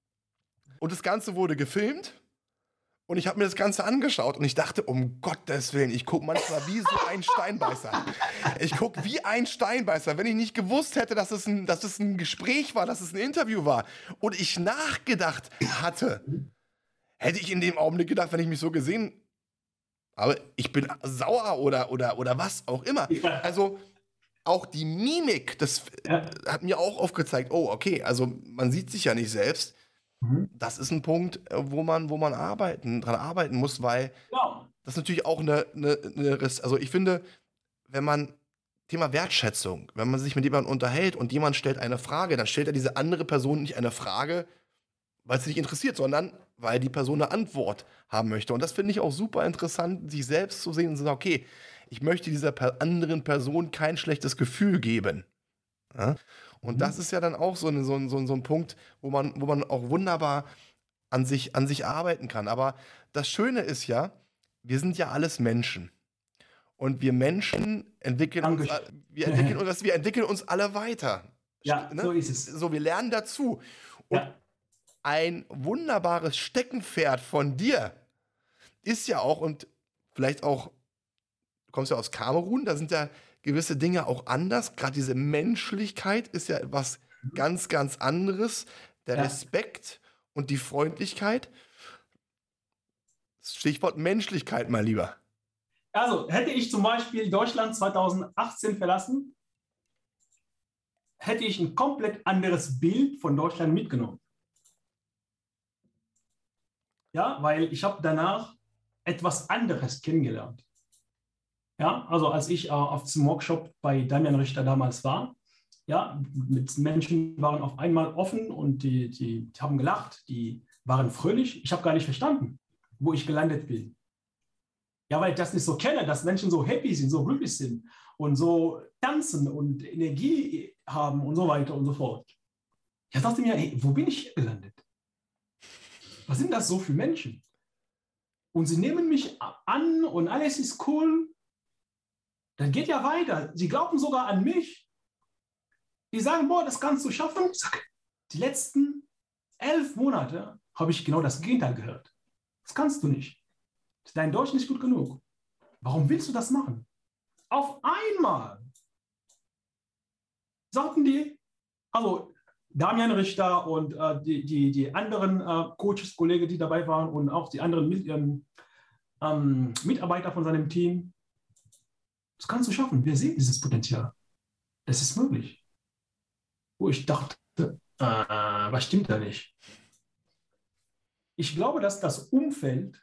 und das Ganze wurde gefilmt und ich habe mir das Ganze angeschaut und ich dachte, um Gottes Willen, ich gucke manchmal wie so ein Steinbeißer. Ich gucke wie ein Steinbeißer, wenn ich nicht gewusst hätte, dass es, ein, dass es ein Gespräch war, dass es ein Interview war und ich nachgedacht hatte, hätte ich in dem Augenblick gedacht, wenn ich mich so gesehen aber ich bin sauer oder, oder, oder was auch immer. Ja. Also auch die Mimik, das Ja. hat mir auch aufgezeigt, oh, okay, also man sieht sich ja nicht selbst. Mhm. Das ist ein Punkt, äh, wo man, wo man arbeiten, dran arbeiten muss, weil Genau. das natürlich auch eine, eine, eine Res- also ich finde, wenn man, Thema Wertschätzung, wenn man sich mit jemandem unterhält und jemand stellt eine Frage, dann stellt er diese andere Person nicht eine Frage, weil es sie nicht interessiert, sondern weil die Person eine Antwort haben möchte. Und das finde ich auch super interessant, sich selbst zu sehen und zu sagen, okay, ich möchte dieser per anderen Person kein schlechtes Gefühl geben. Ja? Und Mhm. das ist ja dann auch so, eine, so, ein, so, ein, so ein Punkt, wo man, wo man auch wunderbar an sich, an sich arbeiten kann. Aber das Schöne ist ja, wir sind ja alles Menschen. Und wir Menschen entwickeln uns, Dankeschön. wir entwickeln uns, wir entwickeln uns alle weiter. Ja, Ne? so ist es. So, wir lernen dazu. Und Ja. ein wunderbares Steckenpferd von dir ist ja auch, und vielleicht auch, du kommst ja aus Kamerun, da sind ja gewisse Dinge auch anders. Gerade diese Menschlichkeit ist ja etwas ganz, ganz anderes. Der Ja. Respekt und die Freundlichkeit. Stichwort Menschlichkeit, mein Lieber. Also, hätte ich zum Beispiel Deutschland zweitausendachtzehn verlassen, hätte ich ein komplett anderes Bild von Deutschland mitgenommen. Ja, weil ich habe danach etwas anderes kennengelernt. Ja, also als ich äh, auf dem Workshop bei Damian Richter damals war, ja, mit Menschen waren auf einmal offen und die, die, die haben gelacht, die waren fröhlich. Ich habe gar nicht verstanden, wo ich gelandet bin. Ja, weil ich das nicht so kenne, dass Menschen so happy sind, so glücklich sind und so tanzen und Energie haben und so weiter und so fort. Ich dachte mir, hey, wo bin ich hier gelandet? Was sind das so für Menschen? Und sie nehmen mich an und alles ist cool. Dann geht ja weiter. Sie glauben sogar an mich. Die sagen, boah, das kannst du schaffen. Ich sage, die letzten elf Monate habe ich genau das Gegenteil gehört. Das kannst du nicht. dein Deutsch nicht gut genug. Warum willst du das machen? Auf einmal sagten die, also Damian Richter und äh, die, die, die anderen äh, Coaches, Kollegen, die dabei waren und auch die anderen mit, ähm, ähm, Mitarbeiter von seinem Team, das kannst du schaffen. Wir sehen dieses Potenzial. Das ist möglich. Wo ich dachte, äh, was stimmt da nicht? Ich glaube, dass das Umfeld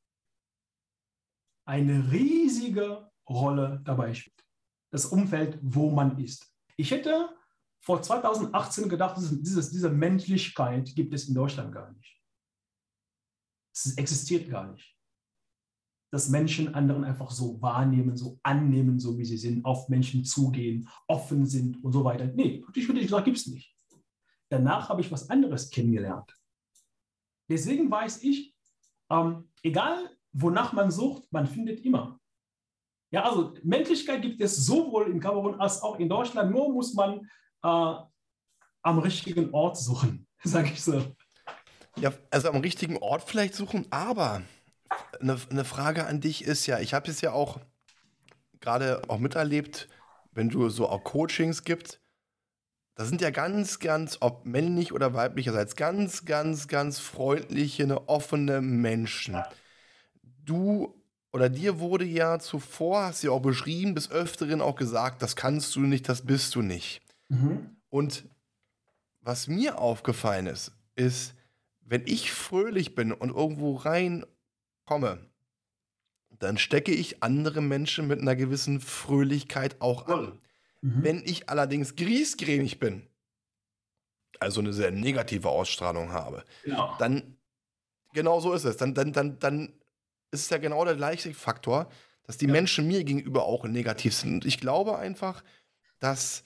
eine riesige Rolle dabei spielt. Das Umfeld, wo man ist. Ich hätte vor zweitausendachtzehn gedacht, dieses, diese Menschlichkeit gibt es in Deutschland gar nicht. Es existiert gar nicht. Dass Menschen anderen einfach so wahrnehmen, so annehmen, so wie sie sind, auf Menschen zugehen, offen sind und so weiter. Nee, ich würde sagen, gibt es nicht. Danach habe ich was anderes kennengelernt. Deswegen weiß ich, ähm, egal wonach man sucht, man findet immer. Ja, also Menschlichkeit gibt es sowohl in Kamerun als auch in Deutschland, nur muss man äh, am richtigen Ort suchen, sage ich so. Ja, also am richtigen Ort vielleicht suchen, aber eine, eine Frage an dich ist ja, ich habe es ja auch gerade auch miterlebt, wenn du so auch Coachings gibst, da sind ja ganz, ganz, ob männlich oder weiblicherseits, ganz, ganz, ganz freundliche, offene Menschen. Du oder dir wurde ja zuvor, hast du ja auch beschrieben, des Öfteren auch gesagt, das kannst du nicht, das bist du nicht. Mhm. Und was mir aufgefallen ist, ist, wenn ich fröhlich bin und irgendwo reinkomme, dann stecke ich andere Menschen mit einer gewissen Fröhlichkeit auch an. Mhm. Wenn ich allerdings griesgrämig bin, also eine sehr negative Ausstrahlung habe, Ja. dann, genau so ist es, dann, dann, dann, dann ist es ja genau der gleiche Faktor, dass die Ja. Menschen mir gegenüber auch negativ sind. Und ich glaube einfach, dass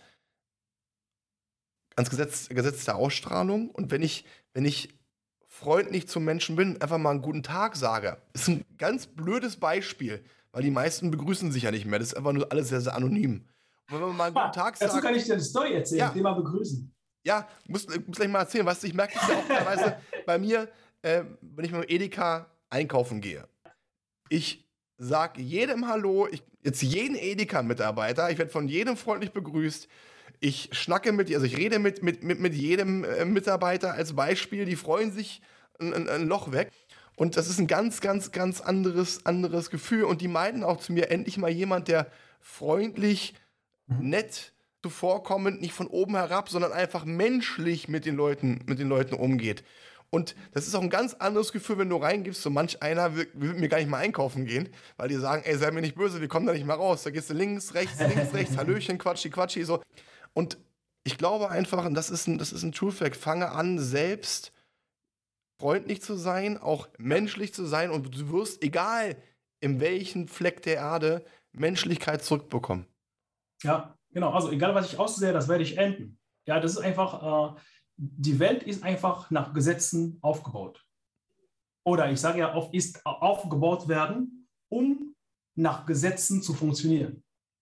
ans Gesetz, Gesetz der Ausstrahlung und wenn ich, wenn ich freundlich zum Menschen bin, einfach mal einen guten Tag sage, ist ein ganz blödes Beispiel, weil die meisten begrüßen sich ja nicht mehr. Das ist einfach nur alles sehr, sehr anonym. Und wenn man mal einen guten Tag Dazu sagt, kann ich dir eine Story erzählen, Ja. Thema begrüßen. ja, muss, muss gleich mal erzählen, weißt du, ich merke das ja auch teilweise bei mir, äh, wenn ich mit dem Edeka einkaufen gehe. Ich sage jedem Hallo, ich, jetzt jeden Edeka-Mitarbeiter, ich werde von jedem freundlich begrüßt. Ich schnacke mit, also ich rede mit, mit, mit, mit jedem äh, Mitarbeiter als Beispiel, die freuen sich ein, ein, ein Loch weg. Und das ist ein ganz, ganz, ganz anderes, anderes Gefühl. Und die meinten auch zu mir, endlich mal jemand, der freundlich, Mhm. nett, zuvorkommend, nicht von oben herab, sondern einfach menschlich mit den Leuten, mit den Leuten umgeht. Und das ist auch ein ganz anderes Gefühl, wenn du reingibst, so manch einer will, will mit mir gar nicht mal einkaufen gehen, weil die sagen, ey, sei mir nicht böse, wir kommen da nicht mehr raus. Da gehst du links, rechts, links, rechts, Hallöchen, Quatschi, Quatschi, so. Und ich glaube einfach, und das ist ein, das ist ein True Fact, fange an, selbst freundlich zu sein, auch menschlich zu sein und du wirst, egal in welchen Fleck der Erde, Menschlichkeit zurückbekommen. Ja, genau. Also egal, was ich aussehe, das werde ich enden. Ja, das ist einfach, äh, die Welt ist einfach nach Gesetzen aufgebaut. Oder ich sage ja, auf, ist aufgebaut werden, um nach Gesetzen zu funktionieren.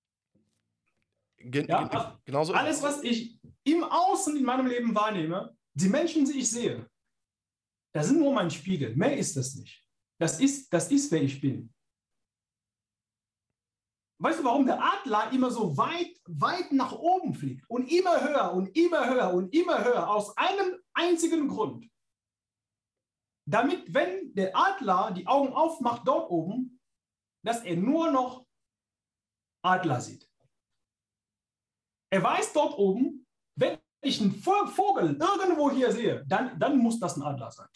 Gen Ja, gen also genauso ist alles, es. was ich im Außen in meinem Leben wahrnehme, die Menschen, die ich sehe, das sind nur mein Spiegel. Mehr ist das nicht. Das ist, das ist, wer ich bin. Weißt du, warum der Adler immer so weit, weit nach oben fliegt und immer höher und immer höher und immer höher? Aus einem einzigen Grund. Damit, wenn der Adler die Augen aufmacht dort oben, dass er nur noch Adler sieht. Er weiß dort oben, wenn ich einen Vogel irgendwo hier sehe, dann, dann muss das ein Adler sein.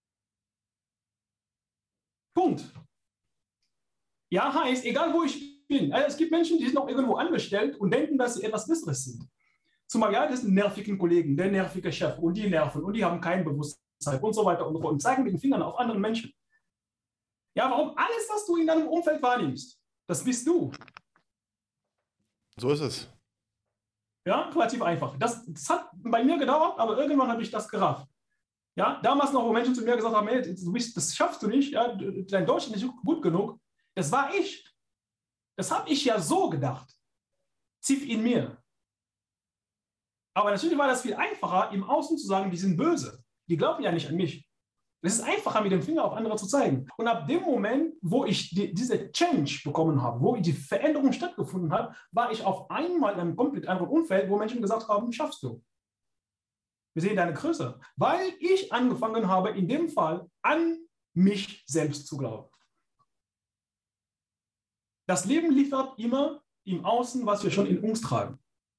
Punkt. Ja, heißt, egal wo ich bin, also es gibt Menschen, die sind noch irgendwo angestellt und denken, dass sie etwas Besseres sind. Zumal, ja, das sind nervigen Kollegen, der nervige Chef und die nerven und die haben kein Bewusstsein und so weiter und so fort und zeigen mit den Fingern auf anderen Menschen. Ja, warum? Alles, was du in deinem Umfeld wahrnimmst, das bist du. So ist es. Ja, relativ einfach. Das, das hat bei mir gedauert, aber irgendwann habe ich das gerafft. Ja, damals noch, wo Menschen zu mir gesagt haben, hey, du bist, das schaffst du nicht, ja, dein Deutsch ist nicht gut genug. Das war ich. Das habe ich ja so gedacht. Tief in mir. Aber natürlich war das viel einfacher, im Außen zu sagen, die sind böse. Die glauben ja nicht an mich. Es ist einfacher, mit dem Finger auf andere zu zeigen. Und ab dem Moment, wo ich die, diese Change bekommen habe, wo die Veränderung stattgefunden hat, war ich auf einmal in einem komplett anderen Umfeld, wo Menschen gesagt haben, schaffst du. Wir sehen deine Größe. Weil ich angefangen habe, in dem Fall an mich selbst zu glauben. Das Leben liefert immer im Außen, was wir schon in uns tragen.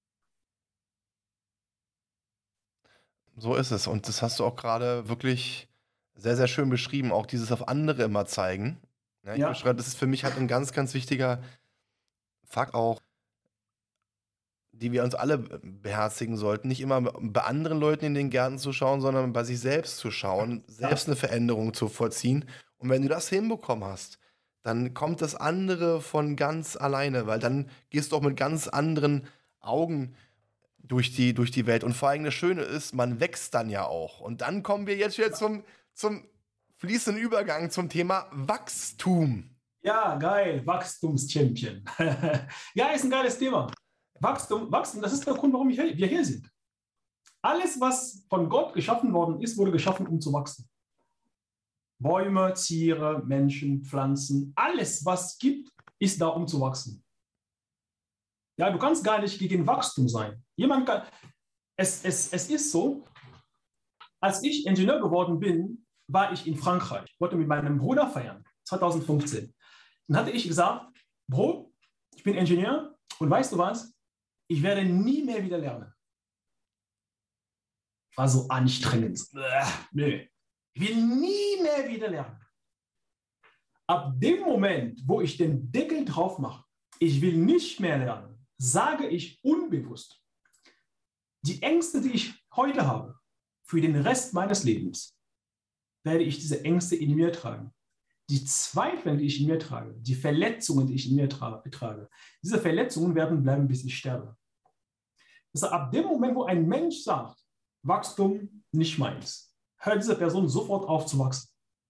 So ist es. Und das hast du auch gerade wirklich sehr, sehr schön beschrieben. Auch dieses auf andere immer zeigen. Ja, ich Ja. beschreibe, das ist für mich halt ein ganz, ganz wichtiger Fakt auch, die wir uns alle beherzigen sollten. Nicht immer bei anderen Leuten in den Gärten zu schauen, sondern bei sich selbst zu schauen, selbst eine Veränderung zu vollziehen. Und wenn du das hinbekommen hast, dann kommt das andere von ganz alleine, weil dann gehst du auch mit ganz anderen Augen durch die, durch die Welt. Und vor allem das Schöne ist, man wächst dann ja auch. Und dann kommen wir jetzt wieder zum, zum fließenden Übergang zum Thema Wachstum. Ja, geil, Wachstumschampion. Ja, ist ein geiles Thema. Wachstum, Wachstum, das ist der Grund, warum wir hier sind. Alles, was von Gott geschaffen worden ist, wurde geschaffen, um zu wachsen. Bäume, Tiere, Menschen, Pflanzen, alles, was es gibt, ist da, um zu wachsen. Ja, du kannst gar nicht gegen Wachstum sein. Jemand kann, es, es, es ist so, als ich Ingenieur geworden bin, war ich in Frankreich. Ich wollte mit meinem Bruder feiern, zwanzig fünfzehn. Dann hatte ich gesagt, Bro, ich bin Ingenieur und weißt du was? Ich werde nie mehr wieder lernen. War so anstrengend. Nö. Ich will nie mehr wieder lernen. Ab dem Moment, wo ich den Deckel drauf mache, ich will nicht mehr lernen, sage ich unbewusst, die Ängste, die ich heute habe, für den Rest meines Lebens, werde ich diese Ängste in mir tragen. Die Zweifel, die ich in mir trage, die Verletzungen, die ich in mir tra- trage, diese Verletzungen werden bleiben, bis ich sterbe. Also ab dem Moment, wo ein Mensch sagt, Wachstum nicht meins, hört diese Person sofort auf zu wachsen.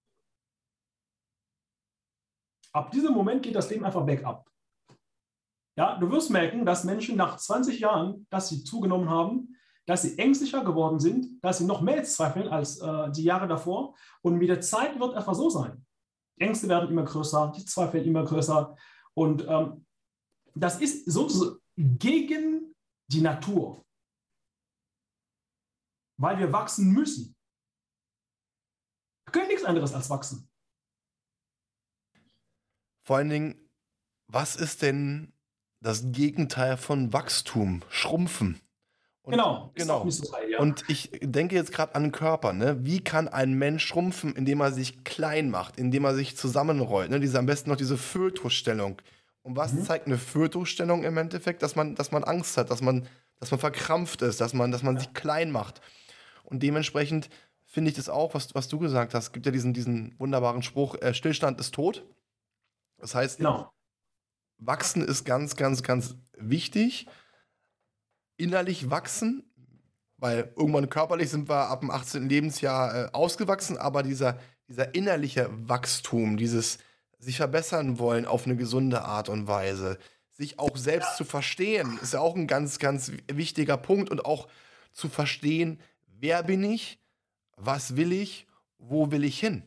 Ab diesem Moment geht das Leben einfach bergab. Ja, du wirst merken, dass Menschen nach zwanzig Jahren, dass sie zugenommen haben, dass sie ängstlicher geworden sind, dass sie noch mehr zweifeln als äh, die Jahre davor. Und mit der Zeit wird einfach so sein. Die Ängste werden immer größer, die Zweifel immer größer. Und ähm, das ist sozusagen gegen die Natur. Weil wir wachsen müssen. Wir können nichts anderes als wachsen. Vor allen Dingen, was ist denn das Gegenteil von Wachstum? Schrumpfen. Und, genau. Ist genau. auch nicht so geil, ja. Und ich denke jetzt gerade an den Körper. Ne? Wie kann ein Mensch schrumpfen, indem er sich klein macht, indem er sich zusammenrollt? Ne? Diese, am besten noch diese Fötusstellung. Und was Mhm. zeigt eine Fötusstellung im Endeffekt? Dass man, dass man Angst hat, dass man, dass man verkrampft ist, dass man, dass man sich klein macht. Und dementsprechend finde ich das auch, was, was du gesagt hast. Es gibt ja diesen, diesen wunderbaren Spruch, äh, Stillstand ist tot. Das heißt, Genau. Wachsen ist ganz, ganz, ganz wichtig. Innerlich wachsen, weil irgendwann körperlich sind wir ab dem achtzehnten Lebensjahr äh, ausgewachsen, aber dieser, dieser innerliche Wachstum, dieses sich verbessern wollen auf eine gesunde Art und Weise, sich auch selbst ja. zu verstehen, ist ja auch ein ganz, ganz wichtiger Punkt und auch zu verstehen, wer bin ich, was will ich, wo will ich hin?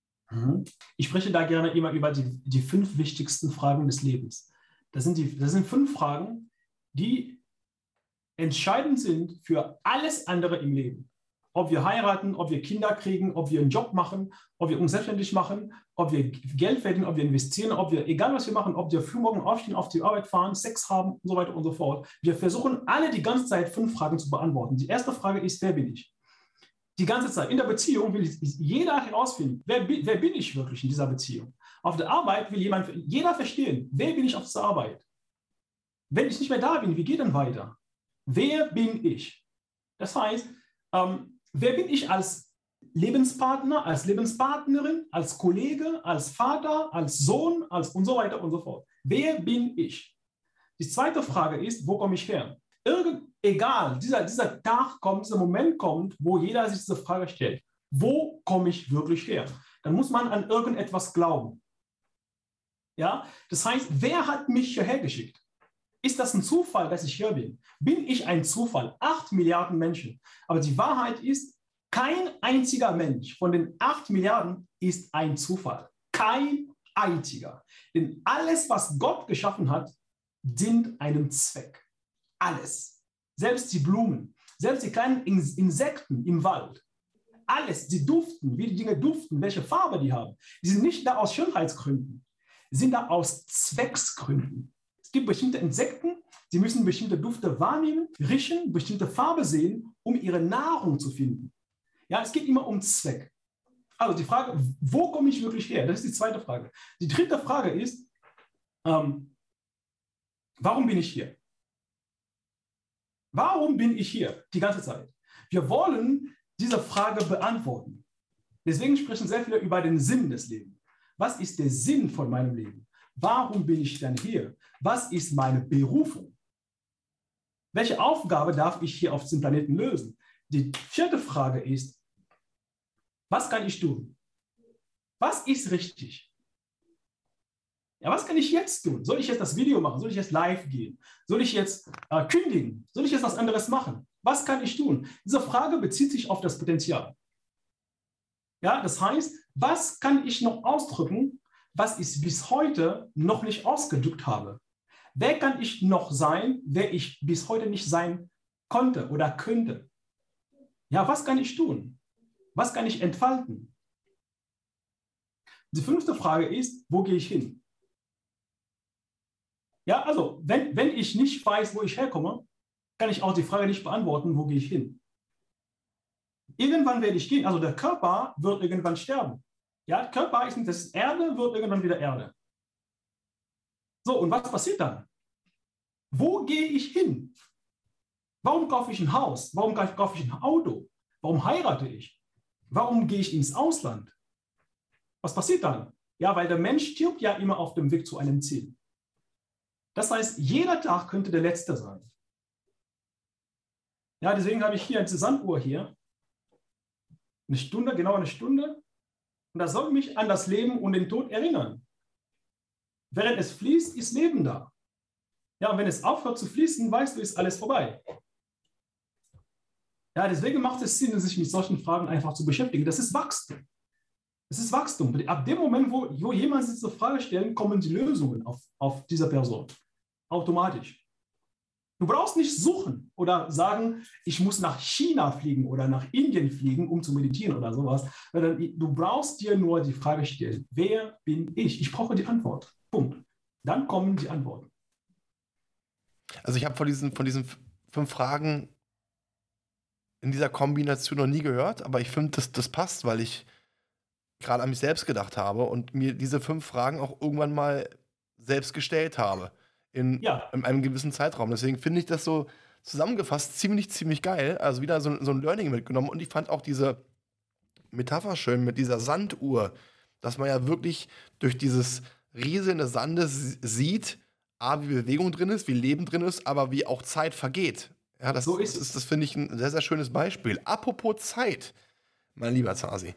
Ich spreche da gerne immer über die, die fünf wichtigsten Fragen des Lebens. Das sind, die, das sind fünf Fragen, die entscheidend sind für alles andere im Leben. Ob wir heiraten, ob wir Kinder kriegen, ob wir einen Job machen, ob wir uns selbstständig machen, ob wir Geld verdienen, ob wir investieren, ob wir, egal was wir machen, ob wir frühmorgen aufstehen, auf die Arbeit fahren, Sex haben und so weiter und so fort. Wir versuchen alle die ganze Zeit fünf Fragen zu beantworten. Die erste Frage ist, wer bin ich? Die ganze Zeit. In der Beziehung will jeder herausfinden, wer, wer bin ich wirklich in dieser Beziehung? Auf der Arbeit will jemand, jeder verstehen, wer bin ich auf der Arbeit? Wenn ich nicht mehr da bin, wie geht denn weiter? Wer bin ich? Das heißt, ähm, wer bin ich als Lebenspartner, als Lebenspartnerin, als Kollege, als Vater, als Sohn, als und so weiter und so fort. Wer bin ich? Die zweite Frage ist, wo komme ich her? Irgend, egal, dieser, dieser Tag kommt, dieser Moment kommt, wo jeder sich diese Frage stellt. Wo komme ich wirklich her? Dann muss man an irgendetwas glauben. Ja? Das heißt, wer hat mich hierher geschickt? Ist das ein Zufall, dass ich hier bin? Bin ich ein Zufall? Acht Milliarden Menschen. Aber die Wahrheit ist, Kein einziger Mensch von den acht Milliarden ist ein Zufall. Kein einziger. Denn alles, was Gott geschaffen hat, dient einem Zweck. Alles. Selbst die Blumen, selbst die kleinen Insekten im Wald. Alles, die duften, wie die Dinge duften, welche Farbe die haben. Die sind nicht da aus Schönheitsgründen, sind da aus Zwecksgründen. Es gibt bestimmte Insekten, die müssen bestimmte Düfte wahrnehmen, riechen, bestimmte Farbe sehen, um ihre Nahrung zu finden. Ja, es geht immer um Zweck. Also die Frage, wo komme ich wirklich her? Das ist die zweite Frage. Die dritte Frage ist, ähm, warum bin ich hier? Warum bin ich hier die ganze Zeit? Wir wollen diese Frage beantworten. Deswegen sprechen sehr viele über den Sinn des Lebens. Was ist der Sinn von meinem Leben? Warum bin ich denn hier? Was ist meine Berufung? Welche Aufgabe darf ich hier auf diesem Planeten lösen? Die vierte Frage ist, was kann ich tun? Was ist richtig? Ja, was kann ich jetzt tun? Soll ich jetzt das Video machen? Soll ich jetzt live gehen? Soll ich jetzt äh, kündigen? Soll ich jetzt was anderes machen? Was kann ich tun? Diese Frage bezieht sich auf das Potenzial. Ja, das heißt, was kann ich noch ausdrücken, was ich bis heute noch nicht ausgedrückt habe? Wer kann ich noch sein, wer ich bis heute nicht sein konnte oder könnte? Ja, was kann ich tun? Was kann ich entfalten? Die fünfte Frage ist, wo gehe ich hin? Ja, also, wenn, wenn ich nicht weiß, wo ich herkomme, kann ich auch die Frage nicht beantworten, wo gehe ich hin? Irgendwann werde ich gehen, also der Körper wird irgendwann sterben. Ja, der Körper ist nicht, das ist Erde, wird irgendwann wieder Erde. So, und was passiert dann? Wo gehe ich hin? Warum kaufe ich ein Haus? Warum kaufe ich ein Auto? Warum heirate ich? Warum gehe ich ins Ausland? Was passiert dann? Ja, weil der Mensch stirbt ja immer auf dem Weg zu einem Ziel. Das heißt, jeder Tag könnte der letzte sein. Ja, deswegen habe ich hier eine Sanduhr hier. Eine Stunde, genau eine Stunde. Und das soll mich an das Leben und den Tod erinnern. Während es fließt, ist Leben da. Ja, und wenn es aufhört zu fließen, weißt du, ist alles vorbei. Ja, deswegen macht es Sinn, sich mit solchen Fragen einfach zu beschäftigen. Das ist Wachstum. Das ist Wachstum. Ab dem Moment, wo, wo jemand sich diese Frage stellt, kommen die Lösungen auf, auf diese Person. Automatisch. Du brauchst nicht suchen oder sagen, ich muss nach China fliegen oder nach Indien fliegen, um zu meditieren oder sowas. Du brauchst dir nur die Frage stellen, wer bin ich? Ich brauche die Antwort. Punkt. Dann kommen die Antworten. Also ich habe von diesen, von diesen fünf Fragen in dieser Kombination noch nie gehört, aber ich finde, das, das passt, weil ich gerade an mich selbst gedacht habe und mir diese fünf Fragen auch irgendwann mal selbst gestellt habe. In, ja. in einem gewissen Zeitraum. Deswegen finde ich das so zusammengefasst ziemlich, ziemlich geil. Also wieder so, so ein Learning mitgenommen. Und ich fand auch diese Metapher schön mit dieser Sanduhr, dass man ja wirklich durch dieses Rieseln des Sandes sieht, A, wie Bewegung drin ist, wie Leben drin ist, aber wie auch Zeit vergeht. Ja, das, so ist, das, das finde ich ein sehr, sehr schönes Beispiel. Apropos Zeit, mein lieber Zasi.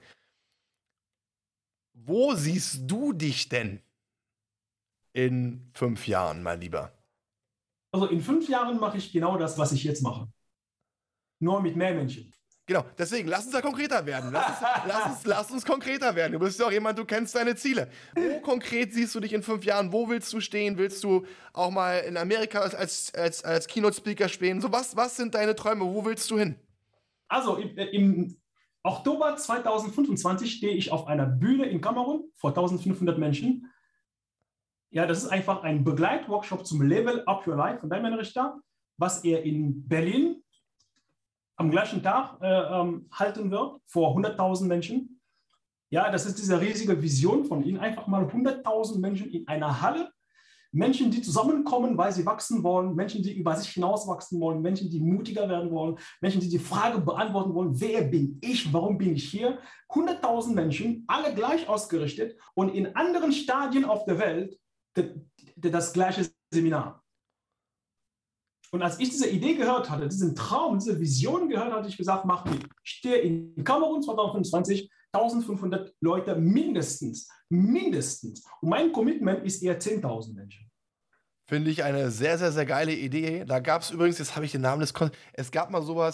Wo siehst du dich denn in fünf Jahren, mein Lieber? Also in fünf Jahren mache ich genau das, was ich jetzt mache. Nur mit mehr Menschen. Genau, deswegen, lass uns da konkreter werden. Lass uns, lass uns, lass uns konkreter werden. Du bist ja auch jemand, du kennst deine Ziele. Wo konkret siehst du dich in fünf Jahren? Wo willst du stehen? Willst du auch mal in Amerika als, als, als Keynote-Speaker stehen? So, was, was sind deine Träume? Wo willst du hin? Also im, im Oktober zweitausendfünfundzwanzig stehe ich auf einer Bühne in Kamerun vor eintausendfünfhundert Menschen. Ja, das ist einfach ein Begleitworkshop zum Level Up Your Life von Daimen Richter, was er in Berlin am gleichen Tag äh, ähm, halten wird, vor hunderttausend Menschen. Ja, das ist diese riesige Vision von ihm, einfach mal hunderttausend Menschen in einer Halle. Menschen, die zusammenkommen, weil sie wachsen wollen, Menschen, die über sich hinaus wachsen wollen, Menschen, die mutiger werden wollen, Menschen, die die Frage beantworten wollen, wer bin ich, warum bin ich hier? hunderttausend Menschen, alle gleich ausgerichtet und in anderen Stadien auf der Welt das gleiche Seminar. Und als ich diese Idee gehört hatte, diesen Traum, diese Vision gehört hatte, ich gesagt, mach mit. Ich stehe in Kamerun zweitausendfünfundzwanzig, eintausendfünfhundert Leute mindestens, mindestens. Und mein Commitment ist eher zehntausend Menschen. Finde ich eine sehr, sehr, sehr geile Idee. Da gab es übrigens, jetzt habe ich den Namen des Kon es gab mal sowas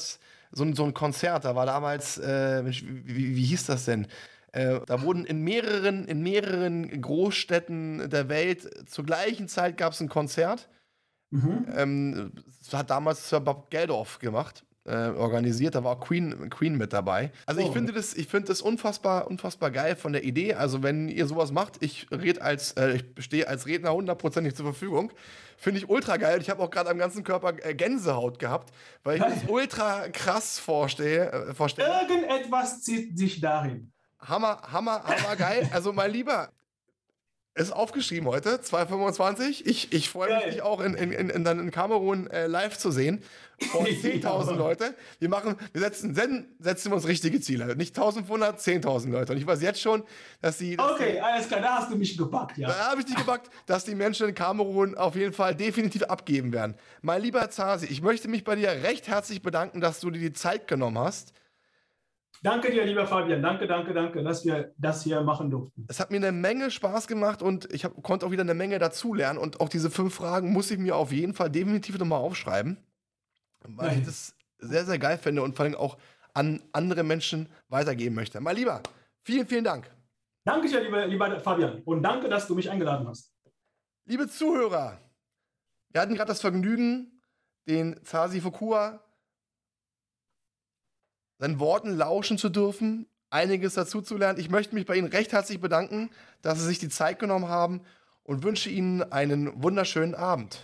so, ein- so ein Konzert, da war damals, äh, Mensch, wie, wie, wie hieß das denn? Äh, da wurden in mehreren, in mehreren Großstädten der Welt zur gleichen Zeit gab es ein Konzert. Mhm. Ähm, das hat damals Sir Bob Geldof gemacht, äh, organisiert. Da war auch Queen, Queen mit dabei. Also ich Oh. finde das, ich finde das unfassbar, unfassbar geil von der Idee. Also wenn ihr sowas macht, ich red als, äh, ich stehe als Redner hundertprozentig zur Verfügung. Finde ich ultra geil. Ich habe auch gerade am ganzen Körper äh, Gänsehaut gehabt, weil ich mir das ultra krass vorstehe. Äh, vorstelle. Irgendetwas zieht sich dahin. Hammer, Hammer, Hammer geil. Also mein Lieber, ist aufgeschrieben heute, zwei Komma fünfundzwanzig. Ich, ich freue mich, Geil. dich auch in, in, in, in, dann in Kamerun äh, live zu sehen. Vor zehntausend Ja. Leute. Wir machen, wir setzen, setzen, setzen uns richtige Ziele. Nicht eintausendfünfhundert, zehntausend Leute. Und ich weiß jetzt schon, dass die. Dass Okay, alles klar, da hast du mich gepackt, die ja. da habe ich dich gepackt, dass die Menschen in Kamerun auf jeden Fall definitiv abgeben werden. Mein lieber Zasi, ich möchte mich bei dir recht herzlich bedanken, dass du dir die Zeit genommen hast. Danke dir, lieber Fabian. Danke, danke, danke, dass wir das hier machen durften. Es hat mir eine Menge Spaß gemacht und ich hab, konnte auch wieder eine Menge dazulernen. Und auch diese fünf Fragen muss ich mir auf jeden Fall definitiv nochmal aufschreiben, weil Nein. ich das sehr, sehr geil finde und vor allem auch an andere Menschen weitergeben möchte. Mein Lieber, vielen, vielen Dank. Danke dir, lieber, lieber Fabian. Und danke, dass du mich eingeladen hast. Liebe Zuhörer, wir hatten gerade das Vergnügen, den Zasi Fukua seinen Worten lauschen zu dürfen, einiges dazu zu lernen. Ich möchte mich bei Ihnen recht herzlich bedanken, dass Sie sich die Zeit genommen haben und wünsche Ihnen einen wunderschönen Abend.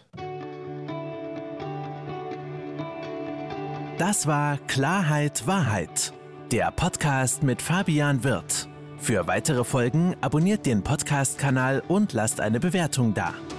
Das war Klarheit Wahrheit, der Podcast mit Fabian Wirth. Für weitere Folgen abonniert den Podcast-Kanal und lasst eine Bewertung da.